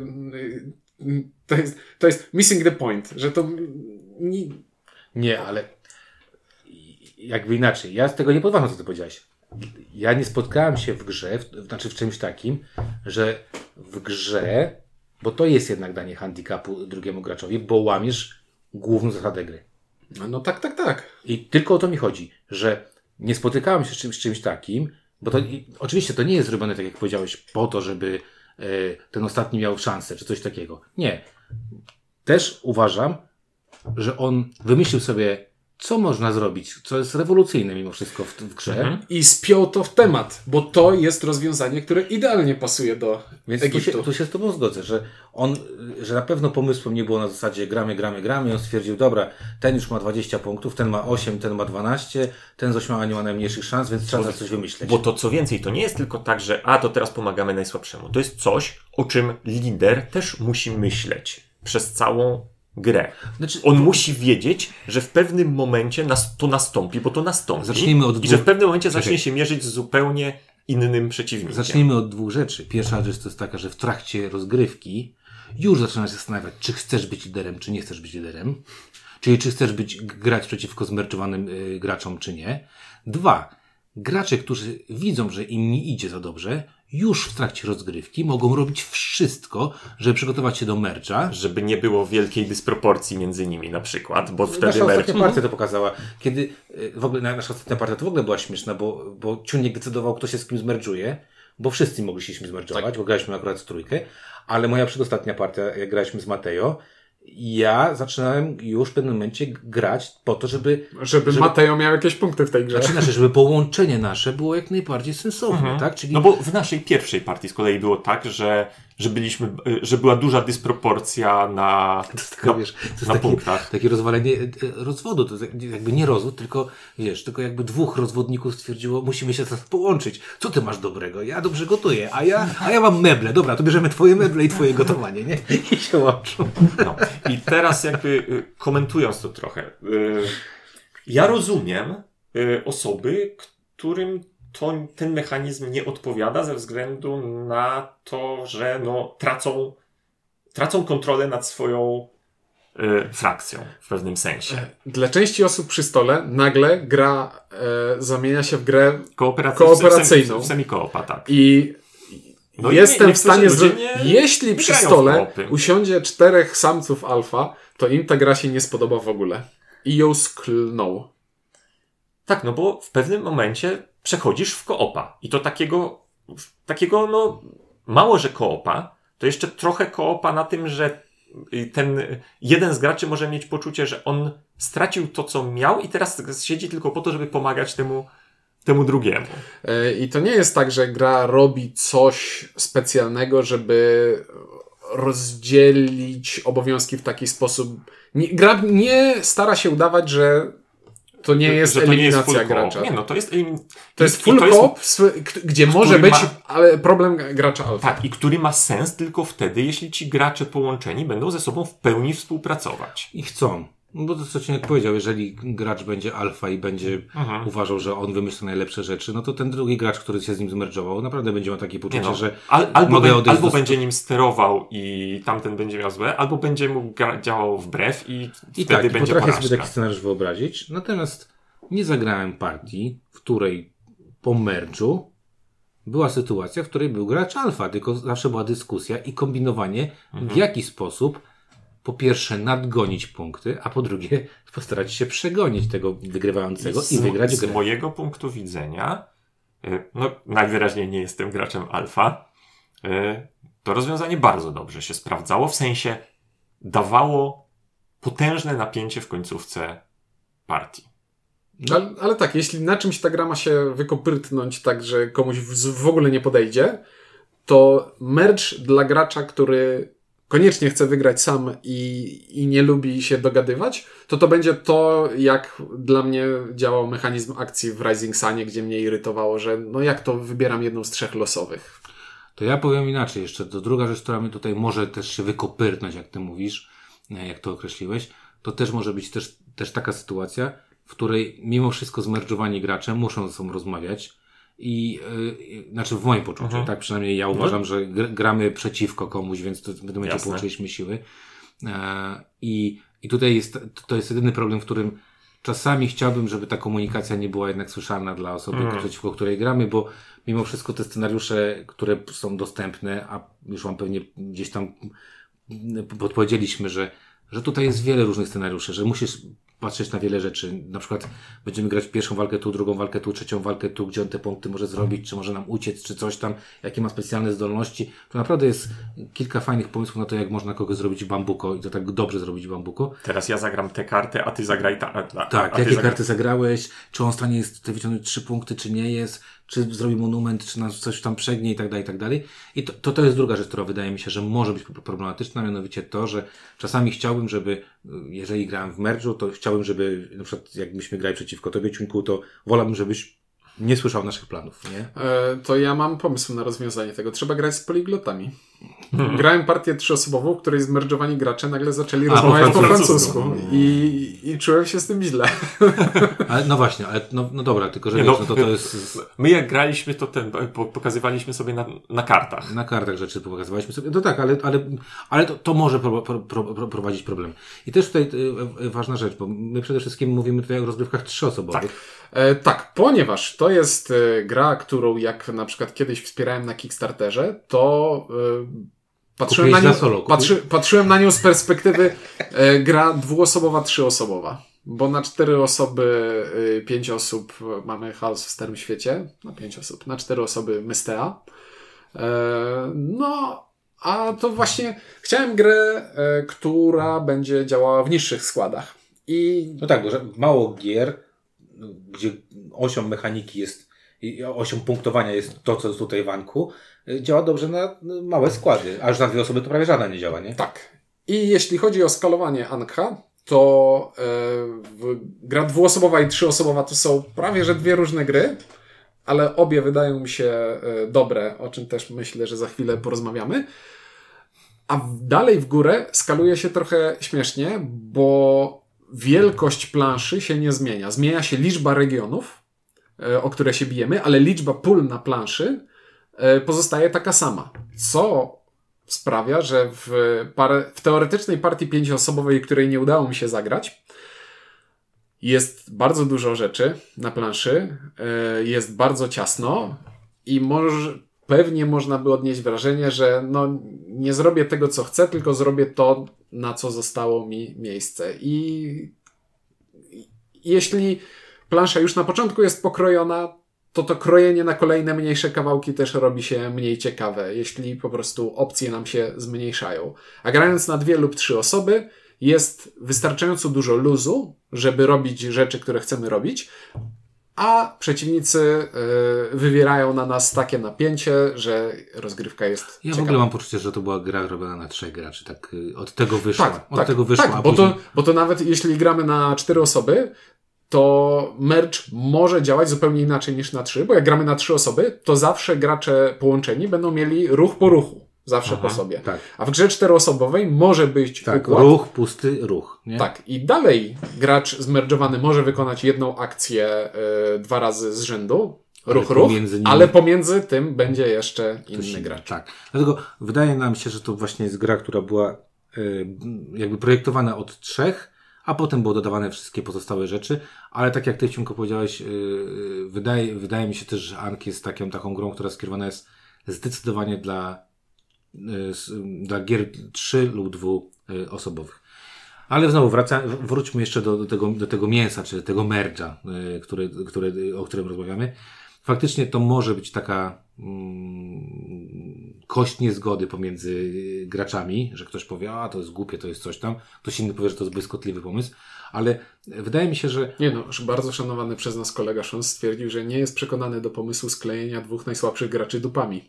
to jest missing the point, że to nie, ale jakby inaczej. Ja z tego nie podważam, co ty powiedziałeś. Ja nie spotkałem się w grze, w czymś takim, że w grze, bo to jest jednak danie handicapu drugiemu graczowi, bo łamiesz główną zasadę gry. No tak. I tylko o to mi chodzi, że nie spotykałem się z czymś takim, bo to oczywiście to nie jest zrobione, tak jak powiedziałeś, po to, żeby ten ostatni miał szansę, czy coś takiego. Nie. Też uważam, że on wymyślił sobie co można zrobić, co jest rewolucyjne mimo wszystko w grze. I spiął to w temat, bo to jest rozwiązanie, które idealnie pasuje do Więc Egiptu. Tu się z tobą zgodzę, że na pewno pomysłem nie było na zasadzie gramy. On stwierdził, dobra, ten już ma 20 punktów, ten ma 8, ten ma 12, ten z 8 nie ma najmniejszych szans, więc trzeba coś wymyśleć. Bo to co więcej, to nie jest tylko tak, że to teraz pomagamy najsłabszemu. To jest coś, o czym lider też musi myśleć przez całą grę. On musi wiedzieć, że w pewnym momencie to nastąpi, bo to nastąpi. I że w pewnym momencie zacznie się mierzyć z zupełnie innym przeciwnikiem. Zacznijmy od 2 rzeczy. Pierwsza rzecz to jest taka, że w trakcie rozgrywki już zaczynasz się zastanawiać, czy chcesz być liderem, czy nie chcesz być liderem. Czyli czy chcesz grać przeciwko zmerczowanym graczom, czy nie. 2. Gracze, którzy widzą, że im nie idzie za dobrze, już w trakcie rozgrywki mogą robić wszystko, żeby przygotować się do mercha. Żeby nie było wielkiej dysproporcji między nimi na przykład, bo wtedy nasza ostatnia partia to pokazała. Kiedy w ogóle nasza ostatnia partia to w ogóle była śmieszna, bo Ciuniek decydował, kto się z kim zmerżuje, bo wszyscy mogli się zmerżować, bo graliśmy akurat w trójkę, ale moja przedostatnia partia, jak graliśmy z Mateo, ja zaczynałem już w pewnym momencie grać po to, żeby Mateo miał jakieś punkty w tej grze. Znaczy żeby połączenie nasze było jak najbardziej sensowne, tak? Czyli... No bo w naszej pierwszej partii z kolei było tak, że była duża dysproporcja na punktach. Takie rozwalenie rozwodu, to jakby nie rozwód, tylko jakby 2 rozwodników stwierdziło, musimy się teraz połączyć. Co ty masz dobrego? Ja dobrze gotuję, a ja mam meble. Dobra, to bierzemy twoje meble i twoje gotowanie, nie? I się łączą. No. I teraz jakby komentując to trochę, ja rozumiem osoby, którym ten mechanizm nie odpowiada ze względu na to, że tracą kontrolę nad swoją frakcją w pewnym sensie. Dla części osób przy stole nagle gra zamienia się w grę kooperacyjną. W semikoopa, tak. I jestem w stanie jeśli przy stole usiądzie 4 samców alfa, to im ta gra się nie spodoba w ogóle. I ją sklną. Tak, no bo w pewnym momencie przechodzisz w koopa. I to takiego mało, że koopa, to jeszcze trochę koopa na tym, że ten jeden z graczy może mieć poczucie, że on stracił to, co miał i teraz siedzi tylko po to, żeby pomagać temu drugiemu. I to nie jest tak, że gra robi coś specjalnego, żeby rozdzielić obowiązki w taki sposób. Gra nie stara się udawać, że to nie jest eliminacja gracza. Nie, no to jest To jest full co-op, gdzie może być ale problem gracza alfa. Tak, i który ma sens tylko wtedy, jeśli ci gracze połączeni będą ze sobą w pełni współpracować. I chcą. Bo to co Ciuniek powiedział, jeżeli gracz będzie alfa i będzie uważał, że on wymyśla najlepsze rzeczy, no to ten drugi gracz, który się z nim zmerżował, naprawdę będzie miał takie poczucie, że albo będzie nim sterował i tamten będzie miał złe, albo będzie mu działał wbrew i wtedy będzie porażka. Potrafię sobie taki scenariusz wyobrazić. Natomiast nie zagrałem partii, w której po merge'u była sytuacja, w której był gracz alfa, tylko zawsze była dyskusja i kombinowanie, w jaki sposób po pierwsze nadgonić punkty, a po drugie postarać się przegonić tego wygrywającego i wygrać grę. Z mojego punktu widzenia, najwyraźniej nie jestem graczem alfa, to rozwiązanie bardzo dobrze się sprawdzało, w sensie dawało potężne napięcie w końcówce partii. Ale tak, jeśli na czymś ta gra ma się wykoprytnąć tak, że komuś w ogóle nie podejdzie, to merge dla gracza, który koniecznie chce wygrać sam i nie lubi się dogadywać, to będzie to, jak dla mnie działał mechanizm akcji w Rising Sunie, gdzie mnie irytowało, że jak to wybieram jedną z 3 losowych. To ja powiem inaczej jeszcze. To druga rzecz, która mi tutaj może też się wykopyrtnąć, jak ty mówisz, jak to określiłeś, to też może być też taka sytuacja, w której mimo wszystko zmerdżowani gracze muszą ze sobą rozmawiać. Znaczy w moim poczuciu, tak przynajmniej ja uważam, że gramy przeciwko komuś, więc to w tym momencie połączyliśmy siły. I tutaj to jest jedyny problem, w którym czasami chciałbym, żeby ta komunikacja nie była jednak słyszalna dla osoby, przeciwko której gramy, bo mimo wszystko te scenariusze, które są dostępne, a już wam pewnie gdzieś tam podpowiedzieliśmy, że tutaj jest wiele różnych scenariuszy, że musisz patrzeć na wiele rzeczy. Na przykład będziemy grać pierwszą walkę tu, drugą walkę tu, trzecią walkę tu, gdzie on te punkty może zrobić, czy może nam uciec, czy coś tam, jakie ma specjalne zdolności. To naprawdę jest kilka fajnych pomysłów na to, jak można kogoś zrobić bambuko i to tak dobrze zrobić bambuko. Teraz ja zagram tę kartę, a ty zagraj tak, jakie karty zagrałeś, czy on w stanie jest tutaj wyciągnąć 3 punkty, czy nie jest, czy zrobi monument, czy nas coś tam przegnie i tak dalej, i tak dalej. I to jest druga rzecz, która wydaje mi się, że może być problematyczna, mianowicie to, że czasami chciałbym, żeby, jeżeli grałem w merge'u, to chciałbym, żeby, na przykład jak myśmy grali przeciwko tobie, Ciuńku, to wolałbym, żebyś nie słyszał naszych planów, nie? To ja mam pomysł na rozwiązanie tego. Trzeba grać z poliglotami. Grałem partię 3-osobową, w której zmerdżowani gracze nagle zaczęli rozmawiać po francusku. I czułem się z tym źle. Ale, no właśnie, ale no dobra, tylko że to jest... My jak graliśmy, to pokazywaliśmy sobie na kartach. Na kartach rzeczy pokazywaliśmy sobie. No tak, ale to może prowadzić problem. I też tutaj ważna rzecz, bo my przede wszystkim mówimy tutaj o rozgrywkach 3-osobowych. Tak, ponieważ to jest gra, którą jak na przykład kiedyś wspierałem na Kickstarterze, to patrzyłem na nią z perspektywy gra 2-osobowa, 3-osobowa. Bo na 4 osoby, 5 osób mamy Chaos w Starym Świecie, na 5 osób, na 4 osoby Mystea. A to właśnie chciałem grę, która będzie działała w niższych składach. No tak, bo że mało gier, gdzie osią mechaniki jest, osią punktowania jest to, co jest tutaj w Anku, działa dobrze na małe składy, a już na 2 osoby to prawie żadna nie działa, nie? Tak. I jeśli chodzi o skalowanie Ankha, to gra 2-osobowa i 3-osobowa to są prawie że 2 różne gry, ale obie wydają mi się dobre, o czym też myślę, że za chwilę porozmawiamy. A dalej w górę skaluje się trochę śmiesznie, bo wielkość planszy się nie zmienia. Zmienia się liczba regionów, o które się bijemy, ale liczba pól na planszy pozostaje taka sama. Co sprawia, że w teoretycznej partii 5-osobowej, której nie udało mi się zagrać, jest bardzo dużo rzeczy na planszy, jest bardzo ciasno i pewnie można by odnieść wrażenie, że nie zrobię tego, co chcę, tylko zrobię to, na co zostało mi miejsce. I jeśli plansza już na początku jest pokrojona, to krojenie na kolejne mniejsze kawałki też robi się mniej ciekawe, jeśli po prostu opcje nam się zmniejszają. A grając na 2 lub 3 osoby jest wystarczająco dużo luzu, żeby robić rzeczy, które chcemy robić, a przeciwnicy wywierają na nas takie napięcie, że rozgrywka jest ciekawa. W ogóle mam poczucie, że to była gra robiona na 3 graczy. Tak, od tego wyszła. Tak, bo to nawet jeśli gramy na 4 osoby, to merge może działać zupełnie inaczej niż na 3, bo jak gramy na 3 osoby, to zawsze gracze połączeni będą mieli ruch po ruchu. Zawsze po sobie. Tak. A w grze 4-osobowej może być układ. Ruch, pusty ruch. Nie? Tak. I dalej gracz zmerdżowany może wykonać jedną akcję 2 razy z rzędu. Ruch, ale pomiędzy tym będzie jeszcze inny gracz. Tak. Dlatego wydaje nam się, że to właśnie jest gra, która była jakby projektowana od 3, a potem było dodawane wszystkie pozostałe rzeczy, ale tak jak ty, Ciunko, powiedziałeś, wydaje mi się też, że Ankh jest taką grą, która skierowana jest zdecydowanie dla gier 3 lub 2 osobowych. Ale znowu wróćmy jeszcze do tego mięsa, czy tego merge'a, o którym rozmawiamy. Faktycznie to może być taka kość niezgody pomiędzy graczami, że ktoś powie, a to jest głupie, to jest coś tam. Ktoś inny powie, że to jest błyskotliwy pomysł. Ale wydaje mi się, że... bardzo szanowany przez nas kolega Szons stwierdził, że nie jest przekonany do pomysłu sklejenia 2 najsłabszych graczy dupami.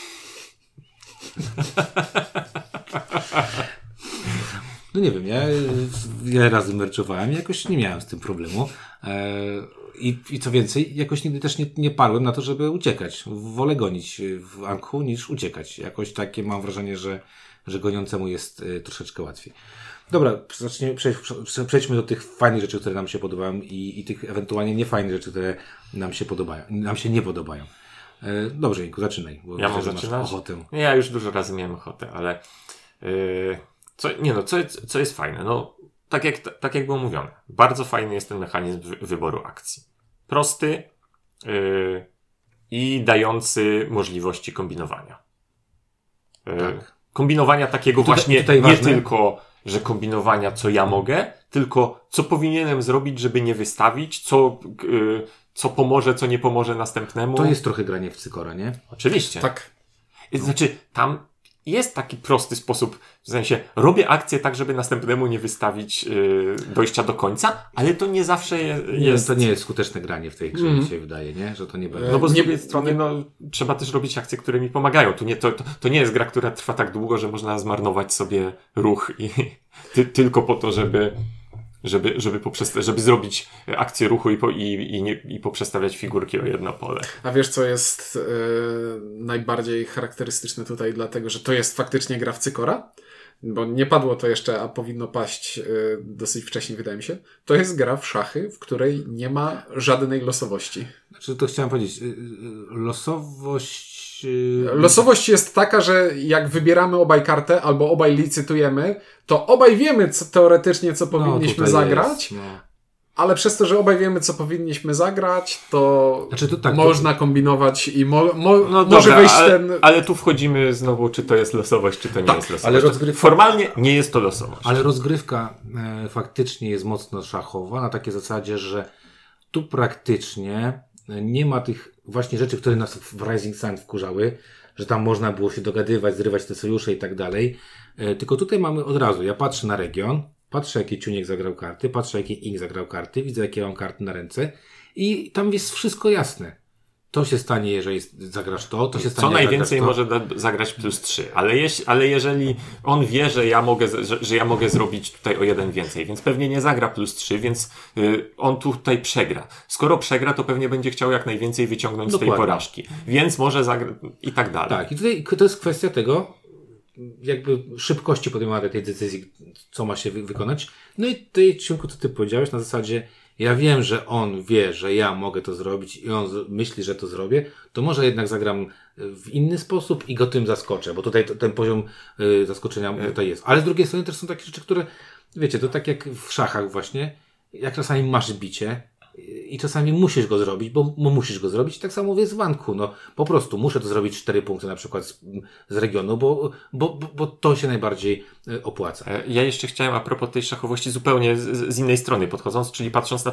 No nie wiem, ja wiele razy merczowałem i jakoś nie miałem z tym problemu. I co więcej, jakoś nigdy też nie parłem na to, żeby uciekać. Wolę gonić w Ankhu niż uciekać. Jakoś takie mam wrażenie, że goniącemu jest troszeczkę łatwiej. Dobra, przejdźmy do tych fajnych rzeczy, które nam się podobają i tych ewentualnie niefajnych rzeczy, które nam się nie podobają. Dobrze, Jejku, zaczynaj. Bo ja mam zaczynać? Ochotę. Ja już dużo razy miałem ochotę, ale co jest fajne? No, tak jak było mówione. Bardzo fajny jest ten mechanizm wyboru akcji. Prosty i dający możliwości kombinowania. Tak. Kombinowania takiego właśnie nie tylko, że kombinowania co ja mogę, tylko co powinienem zrobić, żeby nie wystawić, co pomoże, co nie pomoże następnemu. To jest trochę granie w cykora, nie? Oczywiście. Tak. Znaczy, tam jest taki prosty sposób, w sensie robię akcję tak, żeby następnemu nie wystawić dojścia do końca, ale to nie zawsze jest... To nie jest skuteczne granie w tej grze, mi się wydaje, nie? Że to nie będzie. No bo z drugiej strony trzeba też robić akcje, które mi pomagają. To nie jest gra, która trwa tak długo, że można zmarnować sobie ruch i tylko po to, żeby zrobić akcję ruchu i poprzestawiać figurki o jedno pole. A wiesz, co jest najbardziej charakterystyczne tutaj, dlatego że to jest faktycznie gra w cykora? Bo nie padło to jeszcze, a powinno paść dosyć wcześnie, wydaje mi się. To jest gra w szachy, w której nie ma żadnej losowości. Znaczy, to chciałem powiedzieć. Losowość jest taka, że jak wybieramy obaj kartę albo obaj licytujemy, to obaj wiemy teoretycznie, co powinniśmy zagrać, ale przez to, że obaj wiemy, co powinniśmy zagrać, to można kombinować i może wyjść Ale tu wchodzimy znowu, czy to jest losowość, czy to nie jest losowość. Ale formalnie nie jest to losowość. Ale rozgrywka faktycznie jest mocno szachowa, na takiej zasadzie, że tu praktycznie nie ma tych właśnie rzeczy, które nas w Rising Sun wkurzały, że tam można było się dogadywać, zrywać te sojusze i tak dalej. Tylko tutaj mamy od razu, ja patrzę na region, patrzę jaki Ciuniek zagrał karty, patrzę jaki Ink zagrał karty, widzę jakie mam karty na ręce i tam jest wszystko jasne. To się stanie, jeżeli zagrasz to się stanie. Co najwięcej może zagrać +3, ale jeżeli on wie, że ja mogę zrobić tutaj o 1 więcej, więc pewnie nie zagra +3, więc on tutaj przegra. Skoro przegra, to pewnie będzie chciał jak najwięcej wyciągnąć z tej porażki, więc może zagra i tak dalej. Tak, i tutaj to jest kwestia tego, jakby szybkości podejmowania tej decyzji, co ma się wykonać. No i tutaj, Ciunku, co ty powiedziałeś, na zasadzie ja wiem, że on wie, że ja mogę to zrobić i on myśli, że to zrobię, to może jednak zagram w inny sposób i go tym zaskoczę, bo tutaj ten poziom zaskoczenia tutaj jest. Ale z drugiej strony też są takie rzeczy, które, wiecie, to tak jak w szachach właśnie, jak czasami masz bicie i czasami musisz go zrobić, bo musisz go zrobić. Tak samo jest w Anku. No, po prostu muszę to zrobić 4 punkty na przykład z regionu, bo to się najbardziej opłaca. Ja jeszcze chciałem a propos tej szachowości zupełnie z innej strony podchodząc, czyli patrząc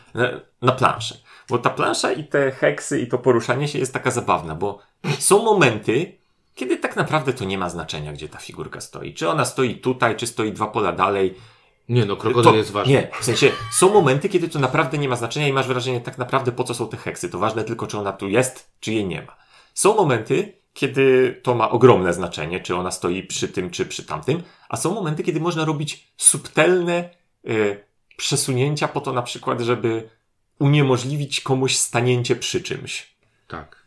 na planszę. Bo ta plansza i te heksy i to poruszanie się jest taka zabawna, bo są momenty, kiedy tak naprawdę to nie ma znaczenia, gdzie ta figurka stoi. Czy ona stoi tutaj, czy stoi 2 pola dalej. Nie no, krokodyl jest ważny. Nie, w sensie są momenty, kiedy to naprawdę nie ma znaczenia i masz wrażenie tak naprawdę po co są te heksy. To ważne tylko, czy ona tu jest, czy jej nie ma. Są momenty, kiedy to ma ogromne znaczenie, czy ona stoi przy tym, czy przy tamtym, a są momenty, kiedy można robić subtelne przesunięcia po to na przykład, żeby uniemożliwić komuś stanięcie przy czymś. Tak.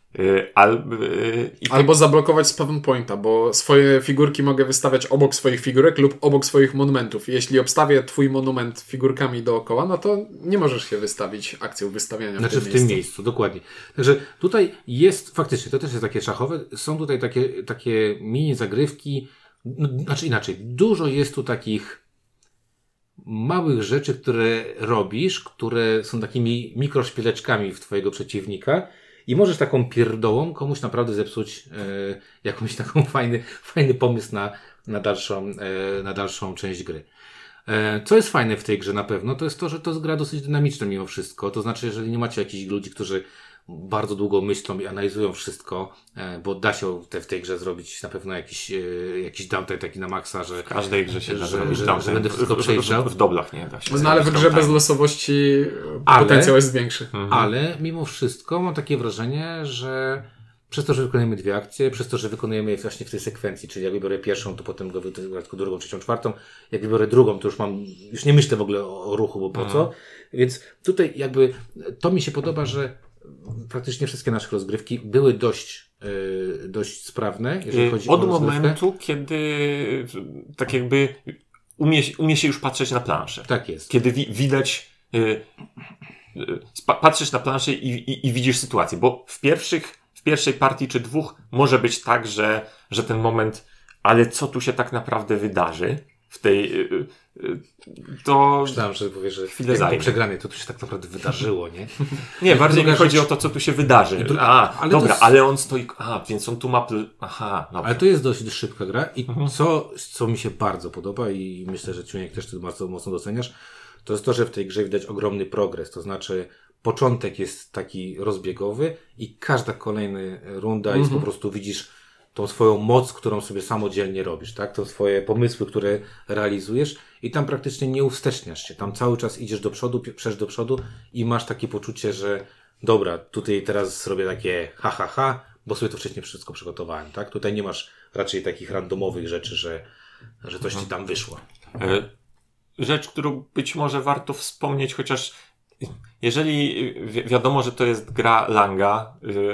Albo zablokować spawn pointa, bo swoje figurki mogę wystawiać obok swoich figurek lub obok swoich monumentów. Jeśli obstawię twój monument figurkami dookoła, no to nie możesz się wystawić akcją wystawiania w tym miejscu. Dokładnie. Także tutaj jest, faktycznie, to też jest takie szachowe, są tutaj takie mini zagrywki, znaczy inaczej, dużo jest tu takich małych rzeczy, które robisz, które są takimi mikroszpileczkami w twojego przeciwnika. I możesz taką pierdołą komuś naprawdę zepsuć jakąś taką fajny pomysł na dalszą część gry. Co jest fajne w tej grze na pewno, to jest to, że to jest gra dosyć dynamiczna mimo wszystko. To znaczy, jeżeli nie macie jakichś ludzi, którzy bardzo długo myślą i analizują wszystko, bo da się w tej grze zrobić na pewno jakiś downtime taki na maksa, że w każdej grze się da zrobić downtime. Że będę wszystko przejrzał. W doblach nie da się. No ale w grze bez losowości potencjał jest większy. Ale mimo wszystko mam takie wrażenie, że przez to, że wykonujemy 2 akcje, przez to, że wykonujemy je właśnie w tej sekwencji, czyli jak wybiorę pierwszą, to potem go drugą, trzecią, czwartą, jak wybiorę drugą, to już nie myślę w ogóle o ruchu, bo po co. Więc tutaj jakby to mi się podoba, że praktycznie wszystkie nasze rozgrywki były dość sprawne, jeżeli chodzi o rozgrywkę. Od momentu, kiedy tak jakby umie się już patrzeć na planszę. Tak jest. Kiedy widać patrzysz na planszę i widzisz sytuację, bo w pierwszej partii czy 2 może być tak, że ten moment, ale co tu się tak naprawdę wydarzy w tej to myślałem, że powiesz, że chwilę zajmie. Po przegranej to tu się tak naprawdę wydarzyło, nie? Nie, bardziej mi chodzi o to, co tu się wydarzy. Ale on stoi, więc on tu ma dobra. Ale to jest dość szybka gra i co mi się bardzo podoba i myślę, że Ciuniek też ty bardzo mocno doceniasz, to jest to, że w tej grze widać ogromny progres. To znaczy początek jest taki rozbiegowy i każda kolejna runda jest po prostu, widzisz tą swoją moc, którą sobie samodzielnie robisz, tak? To swoje pomysły, które realizujesz i tam praktycznie nie uwsteczniasz się. Tam cały czas idziesz do przodu, przesz do przodu i masz takie poczucie, że dobra, tutaj teraz zrobię takie bo sobie to wcześniej wszystko przygotowałem, tak? Tutaj nie masz raczej takich randomowych rzeczy, że coś ci tam wyszło. Rzecz, którą być może warto wspomnieć, chociaż jeżeli wiadomo, że to jest gra Langa,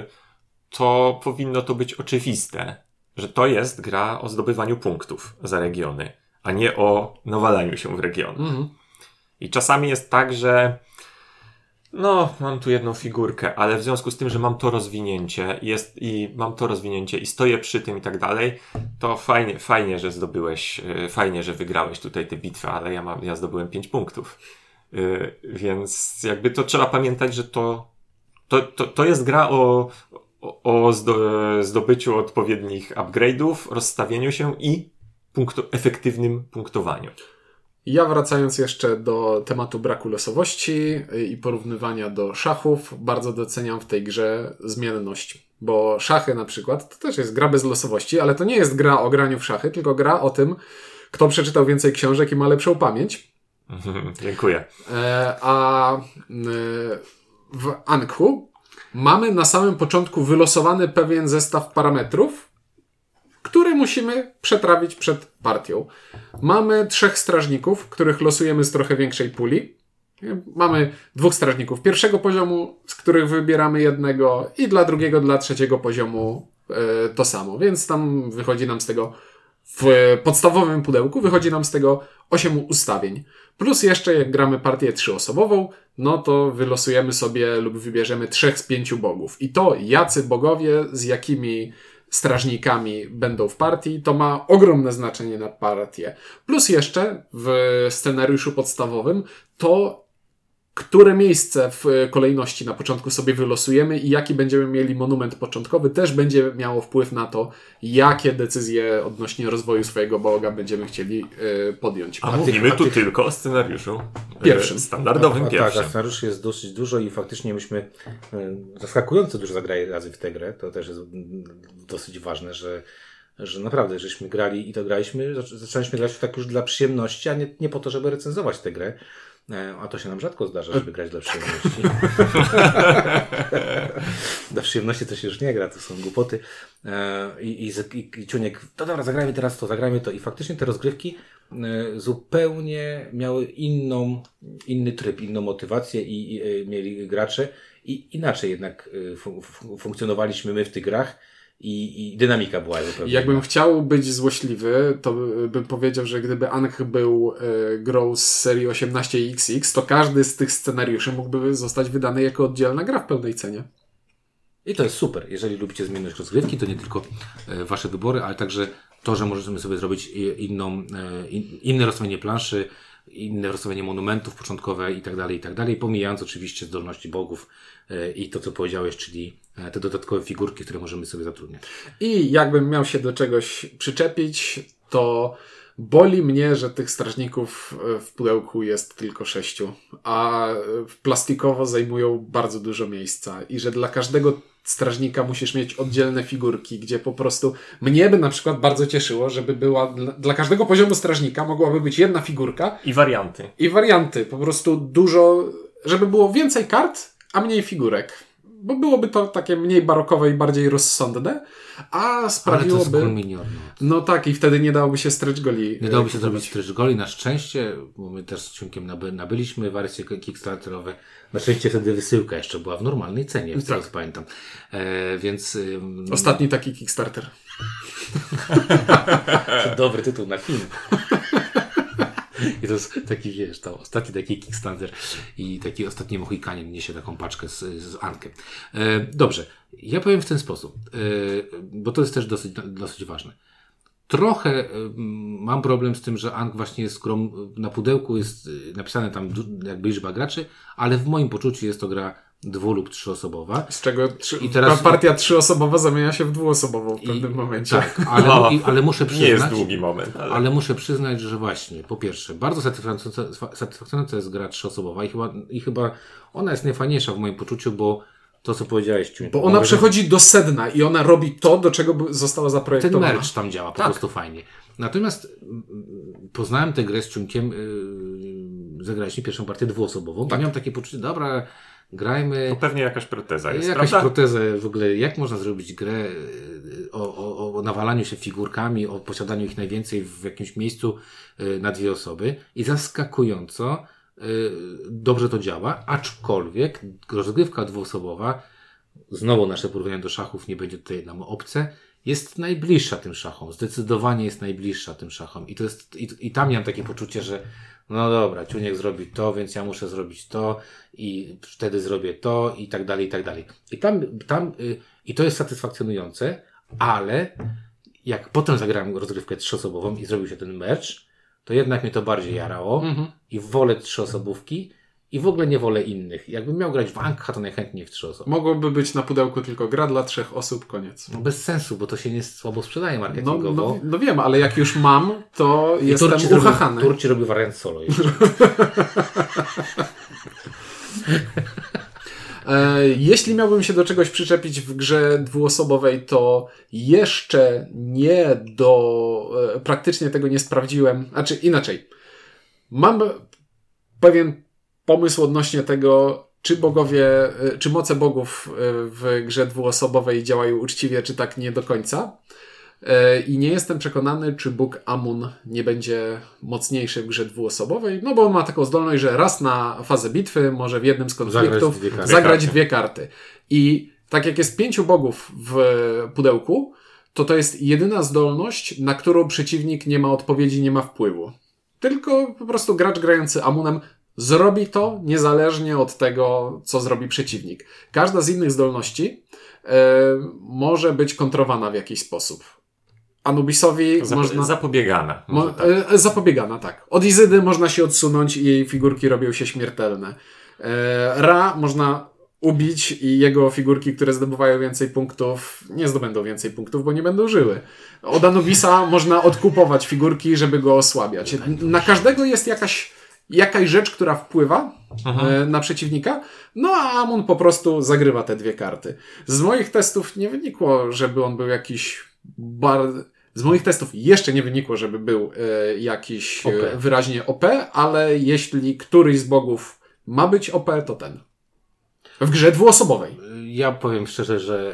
to powinno to być oczywiste, że to jest gra o zdobywaniu punktów za regiony, a nie o nawalaniu się w regiony. I czasami jest tak, że mam tu jedną figurkę, ale w związku z tym, że mam to rozwinięcie i stoję przy tym i tak dalej, to fajnie, że zdobyłeś, fajnie, że wygrałeś tutaj tę bitwę, ale ja zdobyłem 5 punktów. Więc jakby to trzeba pamiętać, że to jest gra o zdobyciu odpowiednich upgrade'ów, rozstawieniu się i efektywnym punktowaniu. Ja wracając jeszcze do tematu braku losowości i porównywania do szachów, bardzo doceniam w tej grze zmienność. Bo szachy na przykład to też jest gra bez losowości, ale to nie jest gra o graniu w szachy, tylko gra o tym, kto przeczytał więcej książek i ma lepszą pamięć. Dziękuję. A w Ankhu mamy na samym początku wylosowany pewien zestaw parametrów, które musimy przetrawić przed partią. Mamy 3 strażników, których losujemy z trochę większej puli. Mamy 2 strażników pierwszego poziomu, z których wybieramy jednego i dla drugiego, dla trzeciego poziomu to samo. Więc tam wychodzi nam z tego, w podstawowym pudełku wychodzi nam z tego 8 ustawień. Plus jeszcze jak gramy partię 3-osobową, no to wylosujemy sobie lub wybierzemy 3 z 5 bogów. I to jacy bogowie z jakimi strażnikami będą w partii, to ma ogromne znaczenie na partię. Plus jeszcze w scenariuszu podstawowym to, które miejsce w kolejności na początku sobie wylosujemy i jaki będziemy mieli monument początkowy, też będzie miało wpływ na to, jakie decyzje odnośnie rozwoju swojego boga będziemy chcieli podjąć. A mówimy tu tylko o scenariuszu pierwszym. Standardowym pierwszym. Tak, a scenariuszy jest dosyć dużo i faktycznie myśmy zaskakująco dużo zagrali razy w tę grę. To też jest dosyć ważne, że naprawdę, żeśmy grali i to graliśmy, zaczęliśmy grać tak już dla przyjemności, a nie po to, żeby recenzować tę grę. A to się nam rzadko zdarza, żeby grać dla przyjemności. Dla przyjemności to się już nie gra, to są głupoty. I Ciuniek, to dobra, zagrajmy teraz to, zagrajmy to. I faktycznie te rozgrywki zupełnie miały inny tryb, inną motywację i mieli gracze. I inaczej jednak funkcjonowaliśmy my w tych grach. I dynamika była zupełnie. Jakbym chciał być złośliwy, to bym powiedział, że gdyby Ankh był grą z serii 18XX, to każdy z tych scenariuszy mógłby zostać wydany jako oddzielna gra w pełnej cenie. I to jest super. Jeżeli lubicie zmienność rozgrywki, to nie tylko wasze wybory, ale także to, że możemy sobie zrobić inne rozstawienie planszy, inne rozstawienie monumentów początkowe i tak dalej, pomijając oczywiście zdolności bogów i to, co powiedziałeś, czyli te dodatkowe figurki, które możemy sobie zatrudniać. I jakbym miał się do czegoś przyczepić, to boli mnie, że tych strażników w pudełku jest tylko 6, a plastikowo zajmują bardzo dużo miejsca i że dla każdego strażnika musisz mieć oddzielne figurki, gdzie po prostu mnie by na przykład bardzo cieszyło, żeby była dla każdego poziomu strażnika mogłaby być jedna figurka. I warianty. Po prostu dużo, żeby było więcej kart, a mniej figurek. Bo byłoby to takie mniej barokowe i bardziej rozsądne, a sprawiłoby... Ale to jest cool minior. No tak, i wtedy nie dałoby się stretch goli. Nie dałoby się zrobić stretch goli, na szczęście, bo my też z Ciunkiem nabyliśmy wersje kickstarterowe. Na szczęście wtedy wysyłka jeszcze była w normalnej cenie, z tego co pamiętam. Więc... Ostatni taki Kickstarter. Dobry tytuł na film. I to jest taki, wiesz, to ostatni taki Kickstarter i taki ostatni Mohikanin niesie taką paczkę z Ankiem. Dobrze, ja powiem w ten sposób, bo to jest też dosyć ważne. Trochę mam problem z tym, że Ankh właśnie jest grą, na pudełku jest napisane tam jakby liczba graczy, ale w moim poczuciu jest to gra 2- lub 3-osobowa. Z czego partia 3-osobowa zamienia się w 2-osobową w pewnym momencie. Tak, ale muszę przyznać... Nie jest długi moment. Ale muszę przyznać, że właśnie, po pierwsze, bardzo satysfakcjonująca jest gra 3-osobowa i chyba ona jest najfajniejsza w moim poczuciu, bo to, co powiedziałeś, Ciuń. Bo ona przechodzi do sedna i ona robi to, do czego została zaprojektowana. Ten merch tam działa po prostu fajnie. Natomiast poznałem tę grę z Ciunkiem, zagraliśmy pierwszą partię 2-osobową. Tak. Miałem takie poczucie, dobra, grajmy. To pewnie jakaś proteza jest, jakaś prawda? protezę w ogóle, jak można zrobić grę o nawalaniu się figurkami, o posiadaniu ich najwięcej w jakimś miejscu na 2 osoby i zaskakująco dobrze to działa, aczkolwiek rozgrywka 2-osobowa, znowu nasze porównanie do szachów nie będzie tutaj nam obce, jest najbliższa tym szachom. Zdecydowanie jest najbliższa tym szachom. I tam miałem takie poczucie, że no dobra, Ciuniek zrobi to, więc ja muszę zrobić to i wtedy zrobię to i tak dalej, i tak dalej. I to jest satysfakcjonujące, ale jak potem zagrałem rozgrywkę 3-osobową i zrobił się ten merch, to jednak mnie to bardziej jarało i wolę 3-osobówki i w ogóle nie wolę innych. Jakbym miał grać w Ankha, to najchętniej w 3 osoby. Mogłoby być na pudełku tylko gra dla 3 osób, koniec. No bez sensu, bo to się nie słabo sprzedaje marketingowo. No wiem, ale jak już mam, to jestem uchachany. Turci robił wariant solo jeszcze. Jeśli miałbym się do czegoś przyczepić w grze 2-osobowej, to jeszcze praktycznie tego nie sprawdziłem. Znaczy inaczej. Mam pewien pomysł odnośnie tego, czy moce bogów w grze 2-osobowej działają uczciwie, czy tak nie do końca. I nie jestem przekonany, czy Bóg Amun nie będzie mocniejszy w grze 2-osobowej, no bo on ma taką zdolność, że raz na fazę bitwy może w jednym z konfliktów zagrać 2 karty. I tak jak jest 5 bogów w pudełku, to jest jedyna zdolność, na którą przeciwnik nie ma odpowiedzi, nie ma wpływu. Tylko po prostu gracz grający Amunem zrobi to niezależnie od tego, co zrobi przeciwnik. Każda z innych zdolności może być kontrowana w jakiś sposób. Anubisowi można... Zapobiegana. Zapobiegana, tak. Od Izydy można się odsunąć i jej figurki robią się śmiertelne. Ra można ubić i jego figurki, które zdobywają więcej punktów, nie zdobędą więcej punktów, bo nie będą żyły. Od Anubisa można odkupować figurki, żeby go osłabiać. Na każdego jest jakaś rzecz, która wpływa na przeciwnika, no a Amun po prostu zagrywa te 2 karty. Z moich testów nie wynikło, żeby on był jakiś Z moich testów jeszcze nie wynikło, żeby był jakiś wyraźnie OP, ale jeśli któryś z bogów ma być OP, to ten. W grze 2-osobowej. Ja powiem szczerze, że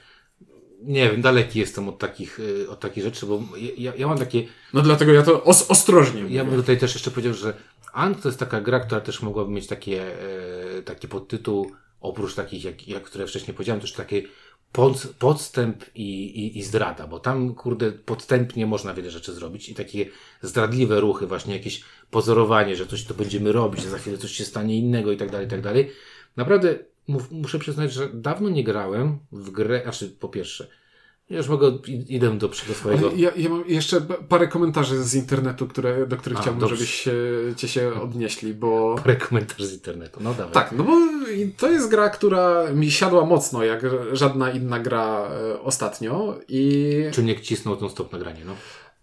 nie wiem, daleki jestem od takich rzeczy, bo ja mam takie... No dlatego ja to ostrożnie mówię. Ja bym tutaj też jeszcze powiedział, że Ankh to jest taka gra, która też mogłaby mieć taki podtytuł, oprócz takich, które wcześniej powiedziałem, też takie podstęp i zdrada, bo tam, kurde, podstępnie można wiele rzeczy zrobić i takie zdradliwe ruchy, właśnie jakieś pozorowanie, że coś to będziemy robić, że za chwilę coś się stanie innego i tak dalej, i tak dalej. Naprawdę muszę przyznać, że dawno nie grałem w grę, po pierwsze, ja już idę do swojego... Ja mam jeszcze parę komentarzy z internetu, do których chciałbym, żebyście się odnieśli, bo... Parę komentarzy z internetu, no dawaj. Tak, no bo to jest gra, która mi siadła mocno, jak żadna inna gra ostatnio i... Ciuniek cisnął tą stop nagranie, no.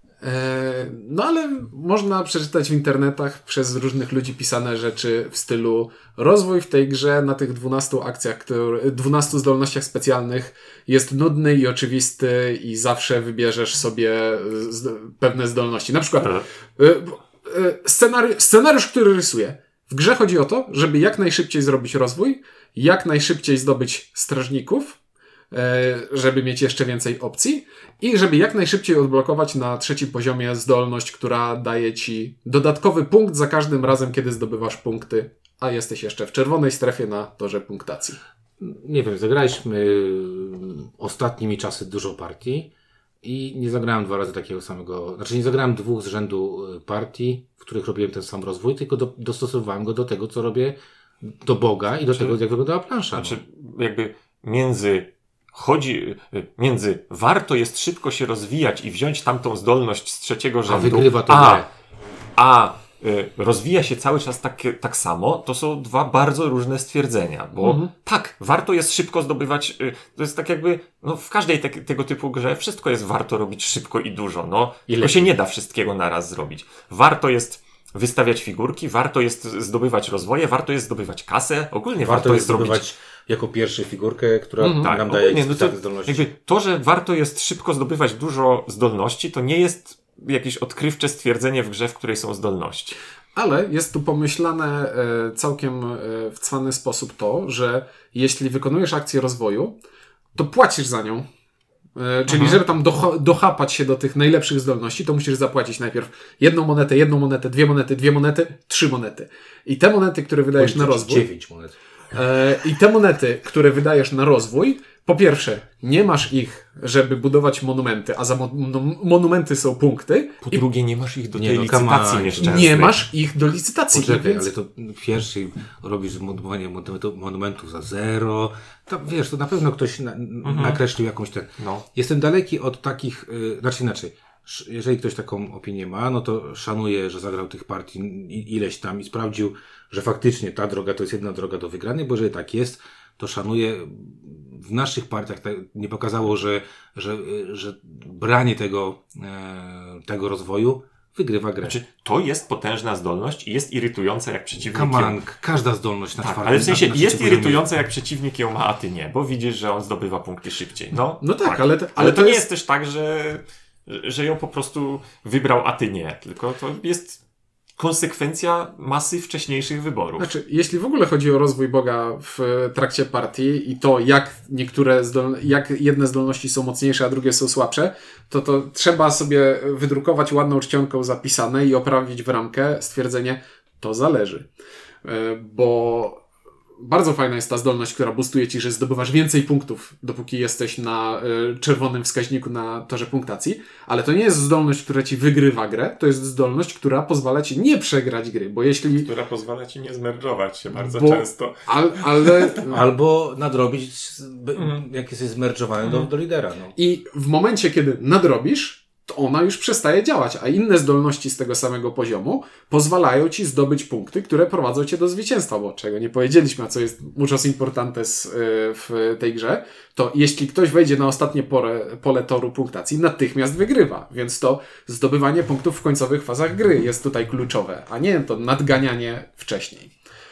No ale można przeczytać w internetach przez różnych ludzi pisane rzeczy w stylu rozwój w tej grze na tych 12 akcjach, 12 zdolnościach specjalnych jest nudny i oczywisty i zawsze wybierzesz sobie pewne zdolności. Na przykład scenariusz, który rysuję. W grze chodzi o to, żeby jak najszybciej zrobić rozwój, jak najszybciej zdobyć strażników, żeby mieć jeszcze więcej opcji i żeby jak najszybciej odblokować na 3. poziomie zdolność, która daje ci dodatkowy punkt za każdym razem, kiedy zdobywasz punkty, a jesteś jeszcze w czerwonej strefie na torze punktacji. Nie wiem, zagraliśmy ostatnimi czasy dużo partii i nie zagrałem 2 razy takiego samego, nie zagrałem 2 z rzędu partii, w których robiłem ten sam rozwój, tylko dostosowywałem go do tego, co robię do Boga i do tego, jak wyglądała plansza. Między warto jest szybko się rozwijać i wziąć tamtą zdolność z 3. rzędu, a wygrywa to grę. rozwija się cały czas tak samo, to są dwa bardzo różne stwierdzenia, bo tak, warto jest szybko zdobywać, to jest tak jakby, no w każdej tego typu grze wszystko jest warto robić szybko i dużo, no, tylko się nie da wszystkiego naraz zrobić. Warto jest wystawiać figurki, warto jest zdobywać rozwoje, warto jest zdobywać kasę, ogólnie warto jest zdobywać jako pierwszy figurkę, która nam daje zdolności. Jakby to, że warto jest szybko zdobywać dużo zdolności, to nie jest jakieś odkrywcze stwierdzenie w grze, w której są zdolności. Ale jest tu pomyślane całkiem w cwany sposób to, że jeśli wykonujesz akcję rozwoju, to płacisz za nią. Czyli żeby tam dochapać się do tych najlepszych zdolności, to musisz zapłacić najpierw jedną monetę, dwie monety, 3 monety. I te monety, które wydajesz na rozwój... 9 monet. I te monety, które wydajesz na rozwój, po pierwsze, nie masz ich, żeby budować monumenty, a za monumenty są punkty. Po drugie, nie masz ich do tej licytacji nieszczęsnej. Nie masz ich do licytacji. Poczekaj, więc... ale to pierwszy robisz budowanie monumentów za 0. To wiesz, to na pewno ktoś nakreślił jakąś ten... No. Jestem daleki od takich... Znaczy inaczej. Jeżeli ktoś taką opinię ma, no to szanuję, że zagrał tych partii ileś tam i sprawdził, że faktycznie ta droga to jest jedna droga do wygranej, bo jeżeli tak jest, to szanuję. W naszych partiach nie pokazało, że branie tego rozwoju wygrywa grę. Znaczy, to jest potężna zdolność i jest irytująca, jak przeciwnik każda zdolność na czwartym. Ale w sensie jest irytująca, jak przeciwnik ją ma, a ty nie, bo widzisz, że on zdobywa punkty szybciej. No tak, ale to nie jest też tak, że ją po prostu wybrał, a ty nie. Tylko to jest konsekwencja masy wcześniejszych wyborów. Znaczy, jeśli w ogóle chodzi o rozwój Boga w trakcie partii i to, jak jak jedne zdolności są mocniejsze, a drugie są słabsze, to trzeba sobie wydrukować ładną czcionką zapisane i oprawić w ramkę stwierdzenie, to zależy. Bo bardzo fajna jest ta zdolność, która boostuje ci, że zdobywasz więcej punktów, dopóki jesteś na czerwonym wskaźniku na torze punktacji, ale to nie jest zdolność, która ci wygrywa grę, to jest zdolność, która pozwala ci nie przegrać gry, bo jeśli... Która pozwala ci nie zmerdżować się bardzo często. Albo nadrobić, jak jesteś zmerdżowany do lidera. No. I w momencie, kiedy nadrobisz, to ona już przestaje działać, a inne zdolności z tego samego poziomu pozwalają ci zdobyć punkty, które prowadzą cię do zwycięstwa, bo czego nie powiedzieliśmy, a co jest muchos importantes w tej grze, to jeśli ktoś wejdzie na ostatnie pole toru punktacji, natychmiast wygrywa, więc to zdobywanie punktów w końcowych fazach gry jest tutaj kluczowe, a nie to nadganianie wcześniej.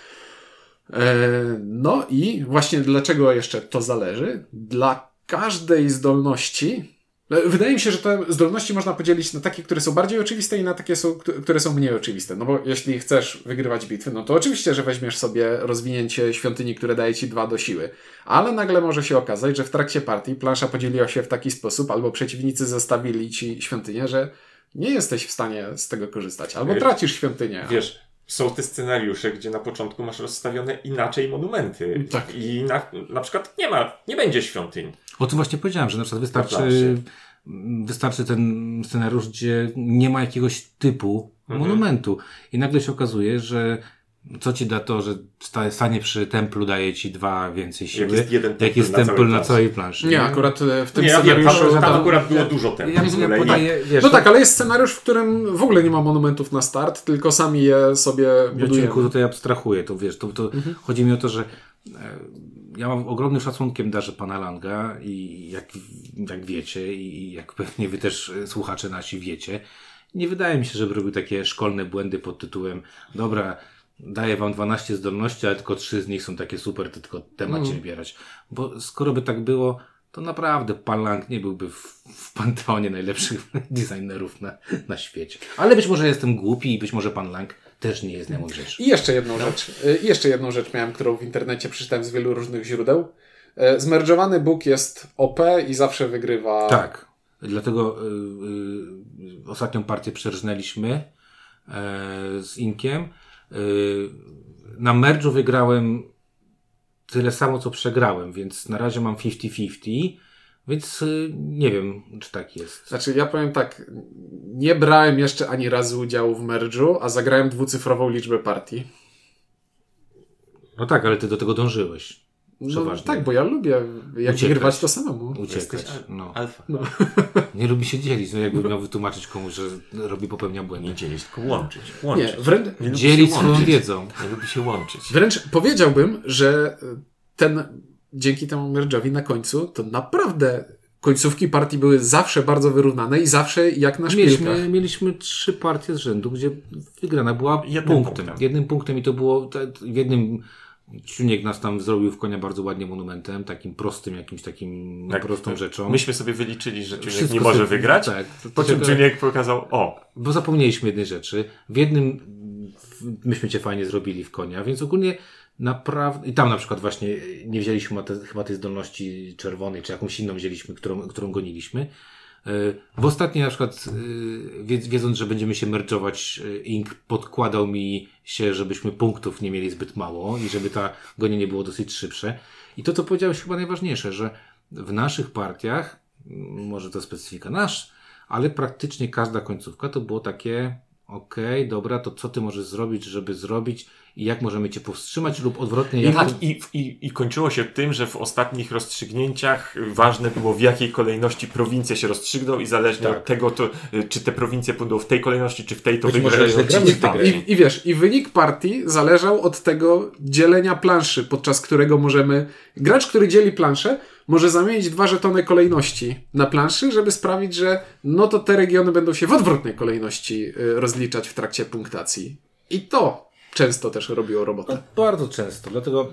No i właśnie dlaczego jeszcze to zależy? Dla każdej zdolności wydaje mi się, że te zdolności można podzielić na takie, które są bardziej oczywiste i na takie, które są mniej oczywiste. No bo jeśli chcesz wygrywać bitwy, no to oczywiście, że weźmiesz sobie rozwinięcie świątyni, które daje ci 2 do siły. Ale nagle może się okazać, że w trakcie partii plansza podzieliła się w taki sposób, albo przeciwnicy zostawili ci świątynię, że nie jesteś w stanie z tego korzystać. Albo tracisz świątynię. Wiesz, są te scenariusze, gdzie na początku masz rozstawione inaczej monumenty. Tak. I na przykład nie będzie świątyń. O tym właśnie powiedziałem, że na przykład wystarczy ten scenariusz, gdzie nie ma jakiegoś typu monumentu. I nagle się okazuje, że co ci da to, że stanie przy templu daje ci 2 więcej siły, jak jest templ na całej planszy. Nie, akurat w tym scenariuszu... Tam akurat było dużo templi. No tak, ale jest scenariusz, w którym w ogóle nie ma monumentów na start, tylko sami je sobie budujemy. Ja tutaj abstrahuję, to wiesz, to chodzi mi o to, że ja mam ogromnym szacunkiem darzę pana Langa i jak wiecie i jak pewnie wy też słuchacze nasi wiecie, nie wydaje mi się, żeby robił takie szkolne błędy pod tytułem dobra, daję wam 12 zdolności, ale tylko 3 z nich są takie super, to tylko te macie wybierać. Bo skoro by tak było, to naprawdę pan Lang nie byłby w panteonie najlepszych designerów na świecie. Ale być może jestem głupi i być może pan Lang też nie jest niemądrzejszy. I jeszcze jedną rzecz miałem, którą w internecie przeczytałem z wielu różnych źródeł. Zmerdżowany Bóg jest OP i zawsze wygrywa. Tak. Dlatego ostatnią partię przerżnęliśmy z Inkiem. Na merdżu wygrałem tyle samo, co przegrałem, więc na razie mam 50-50, więc nie wiem, czy tak jest. Znaczy, ja powiem tak, nie brałem jeszcze ani razu udziału w merdżu, a zagrałem 2-cyfrową liczbę partii. No tak, ale ty do tego dążyłeś. Przeważnie. Tak, bo ja lubię jak wygrywać to samemu. Uciekać. Alfa. Nie lubi się dzielić. Jakby miał wytłumaczyć komuś, że popełnia błędy. Nie dzielić, tylko łączyć. Nie, dzielić swoją wiedzą. Nie lubi się łączyć. Wręcz powiedziałbym, że dzięki temu merge'owi na końcu to naprawdę końcówki partii były zawsze bardzo wyrównane i zawsze jak na szpilkach. Mieliśmy 3 partie z rzędu, gdzie wygrana była jednym punktem i to było w jednym. Ciuniek nas tam zrobił w konia bardzo ładnie monumentem, takim prostym, jakimś takim prostą rzeczą. Myśmy sobie wyliczyli, że Ciuniek nie może wygrać, po czym Ciuniek pokazał, Bo zapomnieliśmy jednej rzeczy. W jednym myśmy cię fajnie zrobili w konia, więc ogólnie naprawdę... I tam na przykład właśnie nie wzięliśmy chyba tej zdolności czerwonej, czy jakąś inną wzięliśmy, którą goniliśmy. W ostatniej na przykład, wiedząc, że będziemy się merge'ować, Ink podkładał mi się, żebyśmy punktów nie mieli zbyt mało i żeby ta gonienie było dosyć szybsze. I to, co powiedziałeś, chyba najważniejsze, że w naszych partiach, może to specyfika ale praktycznie każda końcówka to było takie, okej, dobra, to co ty możesz zrobić, żeby zrobić i jak możemy cię powstrzymać lub odwrotnie. I kończyło się tym, że w ostatnich rozstrzygnięciach ważne było, w jakiej kolejności prowincje się rozstrzygną i zależnie od tego, czy te prowincje pójdą w tej kolejności, czy w tej, to wygrają. I wiesz, i wynik partii zależał od tego dzielenia planszy, podczas którego gracz, który dzieli planszę, może zamienić 2 żetony kolejności na planszy, żeby sprawić, że to te regiony będą się w odwrotnej kolejności rozliczać w trakcie punktacji. I to często też robiło robotę. Bardzo często, dlatego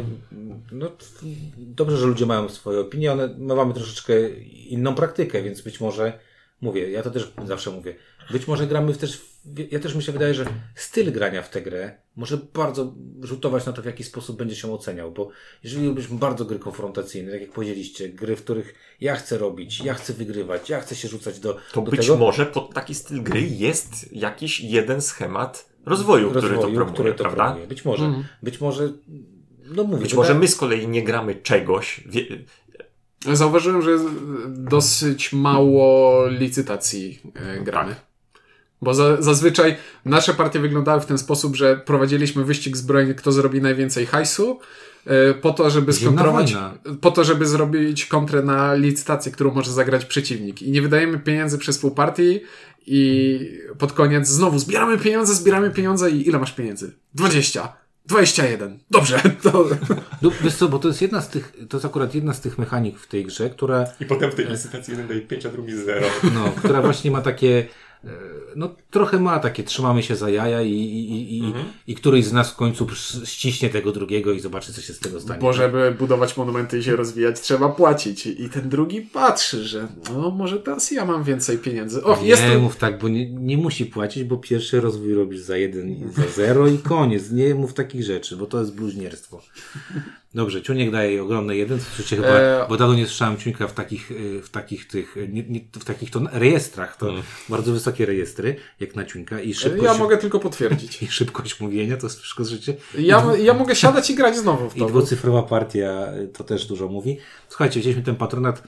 dobrze, że ludzie mają swoje opinie, my mamy troszeczkę inną praktykę, więc być może, ja to też zawsze mówię, być może gramy ja też mi się wydaje, że styl grania w tę grę może bardzo rzutować na to, w jaki sposób będzie się oceniał, bo jeżeli lubiliśmy bardzo gry konfrontacyjne, tak jak powiedzieliście, gry, w których ja chcę robić, ja chcę wygrywać, ja chcę się rzucać do być tego. Może pod taki styl gry jest jakiś jeden schemat rozwoju, który to prawda? Promuje. Być może, Być może my z kolei nie gramy czegoś. Zauważyłem, że jest dosyć mało licytacji gramy. Tak. Bo zazwyczaj nasze partie wyglądały w ten sposób, że prowadziliśmy wyścig zbrojny, kto zrobi najwięcej hajsu, po to, żeby skontrować, po to, żeby zrobić kontrę na licytację, którą może zagrać przeciwnik. I nie wydajemy pieniędzy przez pół partii i pod koniec znowu zbieramy pieniądze i ile masz pieniędzy? 20. 21. Dobrze. Wiesz co, bo to jest akurat jedna z tych mechanik w tej grze, która... I potem w tej licytacji jeden daje 5, a drugi 0. Która właśnie ma takie... trochę ma takie, trzymamy się za jaja i któryś z nas w końcu ściśnie tego drugiego i zobaczy, co się z tego stanie. Bo żeby budować monumenty i się rozwijać, trzeba płacić. I ten drugi patrzy, że może teraz ja mam więcej pieniędzy. Mów tak, bo nie musi płacić, bo pierwszy rozwój robisz za 1 i za 0 i koniec. Nie mów takich rzeczy, bo to jest bluźnierstwo. Dobrze, Ciuniek daje ogromne 1, słyszycie chyba, bo dawno nie słyszałem Ciuńka w takich to rejestrach, to bardzo wysokie rejestry, jak na Ciuńka i szybkość. Ja mogę tylko potwierdzić. I szybkość mówienia, to wszystko życie. Ja mogę siadać i grać znowu w to. I dwucyfrowa partia to też dużo mówi. Słuchajcie, wzięliśmy ten patronat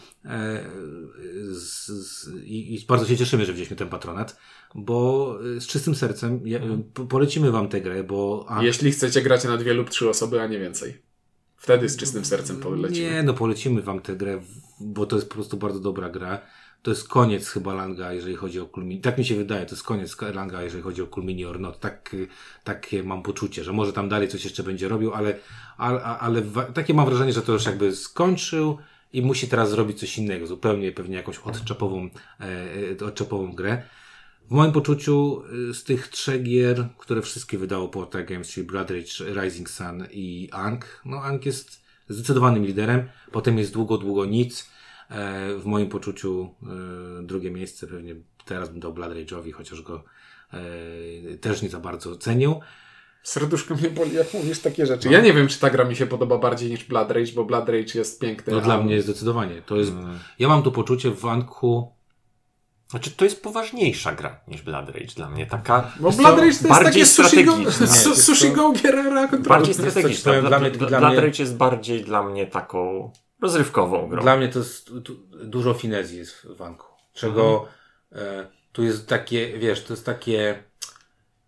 i bardzo się cieszymy, że wzięliśmy ten patronat, bo z czystym sercem polecimy wam tę grę, bo... Jeśli chcecie grać na 2 lub 3 osoby, a nie więcej. Wtedy z czystym sercem polecimy. Nie, polecimy wam tę grę, bo to jest po prostu bardzo dobra gra. To jest koniec chyba Langa, jeżeli chodzi o Cool Mini. Tak mi się wydaje, to jest koniec Langa, jeżeli chodzi o Cool Mini or Not. Takie mam poczucie, że może tam dalej coś jeszcze będzie robił, ale takie mam wrażenie, że to już jakby skończył i musi teraz zrobić coś innego, zupełnie pewnie jakąś odczepową grę. W moim poczuciu z tych 3 gier, które wszystkie wydało Portal Games, czyli Blood Rage, Rising Sun i Ankh, Ankh jest zdecydowanym liderem, potem jest długo nic. W moim poczuciu drugie miejsce pewnie teraz bym dał Blood Rage'owi, chociaż go też nie za bardzo cenił. Serduszko mnie boli, jak mówisz takie rzeczy. Ja nie wiem, czy ta gra mi się podoba bardziej niż Blood Rage, bo Blood Rage jest piękny. Dla mnie zdecydowanie. To jest, ja mam tu poczucie w Ankhu. Znaczy, to jest poważniejsza gra niż Blood Rage dla mnie. Taka. Bo Blood Rage to jest takie sushi go giera kontrol. Bardziej strategiczna. Blood Rage jest bardziej dla mnie taką rozrywkową grą. Dla mnie to jest dużo finezji jest w Ankhu. Czego tu jest takie, wiesz, to jest takie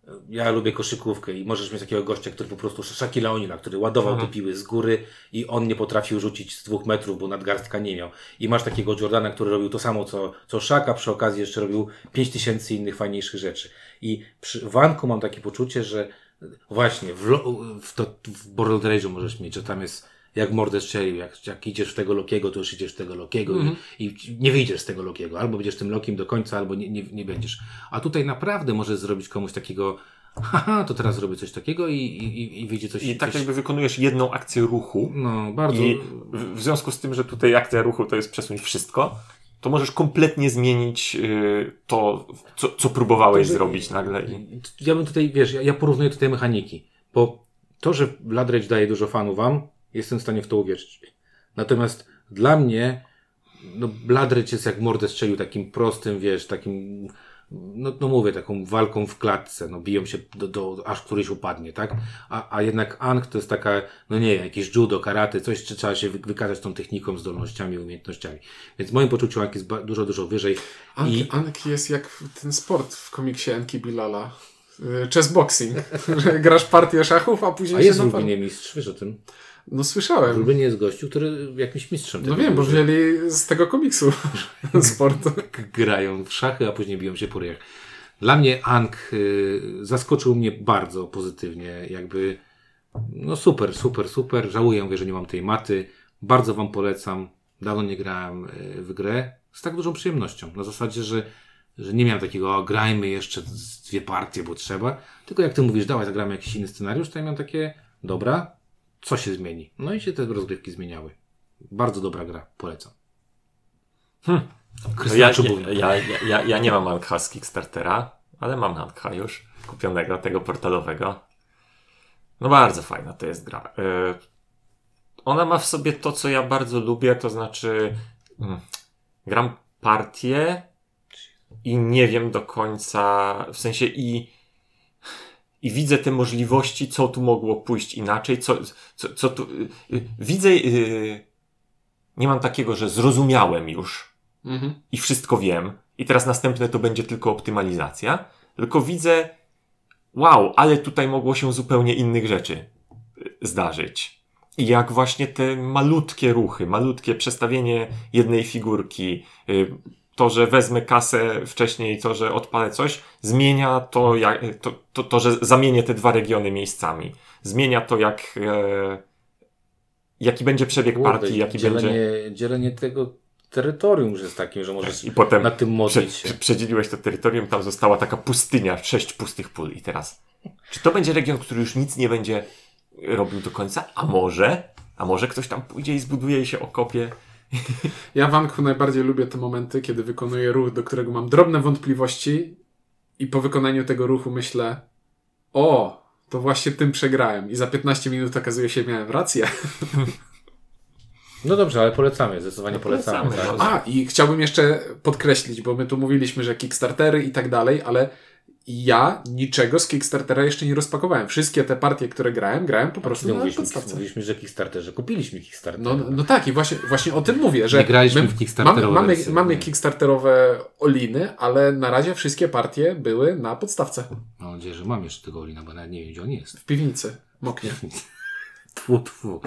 ja lubię koszykówkę i możesz mieć takiego gościa, który po prostu Shaquille O'Neala, który ładował te piły z góry i on nie potrafił rzucić z 2 metrów, bo nadgarstka nie miał. I masz takiego Jordana, który robił to samo, co Shaq, a przy okazji jeszcze robił 5000 innych fajniejszych rzeczy. I w Anku mam takie poczucie, że właśnie w Borderlands Rage'u możesz mieć, że tam jest jak mordę strzelił, jak idziesz w tego Lokiego, to już idziesz w tego Lokiego i nie wyjdziesz z tego Lokiego. Albo będziesz tym Lokiem do końca, albo nie będziesz. A tutaj naprawdę możesz zrobić komuś takiego to teraz zrobię coś takiego i wyjdzie coś... I tak jakby wykonujesz jedną akcję ruchu. No, bardzo... I w związku z tym, że tutaj akcja ruchu to jest przesuń wszystko, to możesz kompletnie zmienić to, co próbowałeś zrobić nagle. Ja bym tutaj, wiesz, ja porównuję tutaj mechaniki, bo to, że Blood Rage daje dużo fanów wam, jestem w stanie w to uwierzyć. Natomiast dla mnie Blood Rage jest jak mordę strzelił, takim prostym, wiesz, takim mówię, taką walką w klatce, biją się aż któryś upadnie, tak? A jednak Ankh to jest taka, jakieś judo, karate, coś, czy trzeba się wykazać tą techniką, zdolnościami, umiejętnościami. Więc w moim poczuciu Ankh jest dużo, dużo wyżej. Ankh jest jak ten sport w komiksie Enki Bilala. Chessboxing. Że grasz partię szachów, a później się jest w Lublinie mistrz, wiesz o tym? No słyszałem. W Lublinie jest gościu, który jakimś mistrzem. No wiem, bo wzięli z tego komiksu sport. Grają w szachy, a później biją się po ryjach. Dla mnie Ankh zaskoczył mnie bardzo pozytywnie. Jakby, super. Żałuję, że nie mam tej maty. Bardzo wam polecam. Dawno nie grałem w grę z tak dużą przyjemnością. Na zasadzie, że nie miałem takiego, grajmy jeszcze 2 partie, bo trzeba. Tylko jak ty mówisz, dawaj, zagramy jakiś inny scenariusz, to ja miałem takie, dobra, co się zmieni? No i się te rozgrywki zmieniały. Bardzo dobra gra, polecam. Ja nie mam Ankha z Kickstartera, ale mam Ankha już kupionego, tego portalowego. No bardzo fajna to jest gra. Ona ma w sobie to, co ja bardzo lubię, to znaczy gram partię i nie wiem do końca, w sensie i widzę te możliwości, co tu mogło pójść inaczej, co tu... Widzę... Nie mam takiego, że zrozumiałem już i wszystko wiem i teraz następne to będzie tylko optymalizacja, tylko widzę wow, ale tutaj mogło się zupełnie innych rzeczy zdarzyć. I jak właśnie te malutkie ruchy, malutkie przestawienie jednej figurki, to, że wezmę kasę wcześniej, to, że odpalę coś, zmienia to, że zamienię te 2 regiony miejscami. Zmienia to, jaki będzie przebieg partii, jaki będzie... Dzielenie tego terytorium już jest takim, że możesz i potem na tym modlić się. Przedzieliłeś to terytorium, tam została taka pustynia, 6 pustych pól i teraz... Czy to będzie region, który już nic nie będzie robił do końca? A może ktoś tam pójdzie i zbuduje i się okopie? Ja w Ankhu najbardziej lubię te momenty, kiedy wykonuję ruch, do którego mam drobne wątpliwości i po wykonaniu tego ruchu myślę, to właśnie tym przegrałem i za 15 minut okazuje się, miałem rację. No dobrze, ale polecamy, zdecydowanie polecamy. Tak? I chciałbym jeszcze podkreślić, bo my tu mówiliśmy, że Kickstartery i tak dalej, ale ja niczego z Kickstartera jeszcze nie rozpakowałem. Wszystkie te partie, które grałem po prostu na podstawce. Mówiliśmy, że Kickstarterze. Kupiliśmy Kickstarter. No tak, i właśnie o tym mówię, że nie graliśmy w Kickstarterowe mamy Kickstarterowe oliny, ale na razie wszystkie partie były na podstawce. Mam nadzieję, że mam jeszcze tego olina, bo nawet nie wiem, gdzie on jest. W piwnicy. Moknie. Tfu.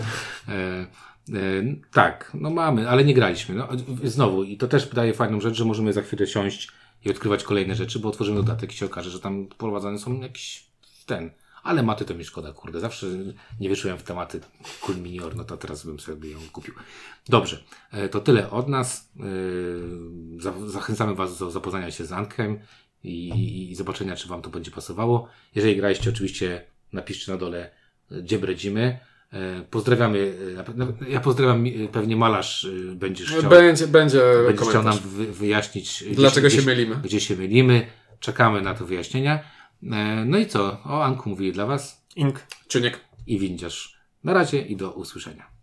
Tak, mamy, ale nie graliśmy. Znowu, i to też daje fajną rzecz, że możemy za chwilę siąść i odkrywać kolejne rzeczy, bo otworzymy dodatek i się okaże, że tam prowadzone są jakieś ale maty to mi szkoda, kurde. Zawsze nie wyszyłem w tematy Kul Minior, to teraz bym sobie ją kupił. Dobrze, to tyle od nas. Zachęcamy was do zapoznania się z Ankhem i zobaczenia, czy wam to będzie pasowało. Jeżeli graliście, oczywiście napiszcie na dole, gdzie bredzimy. Pozdrawiamy. Ja pozdrawiam, pewnie malarz będziesz chciał. Będzie chciał nam wyjaśnić, dlaczego się mylimy. Gdzie się mylimy. Czekamy na to wyjaśnienia. No i co? O Ankhu mówili dla was Ink, Czuniek i Windziarz. Na razie i do usłyszenia.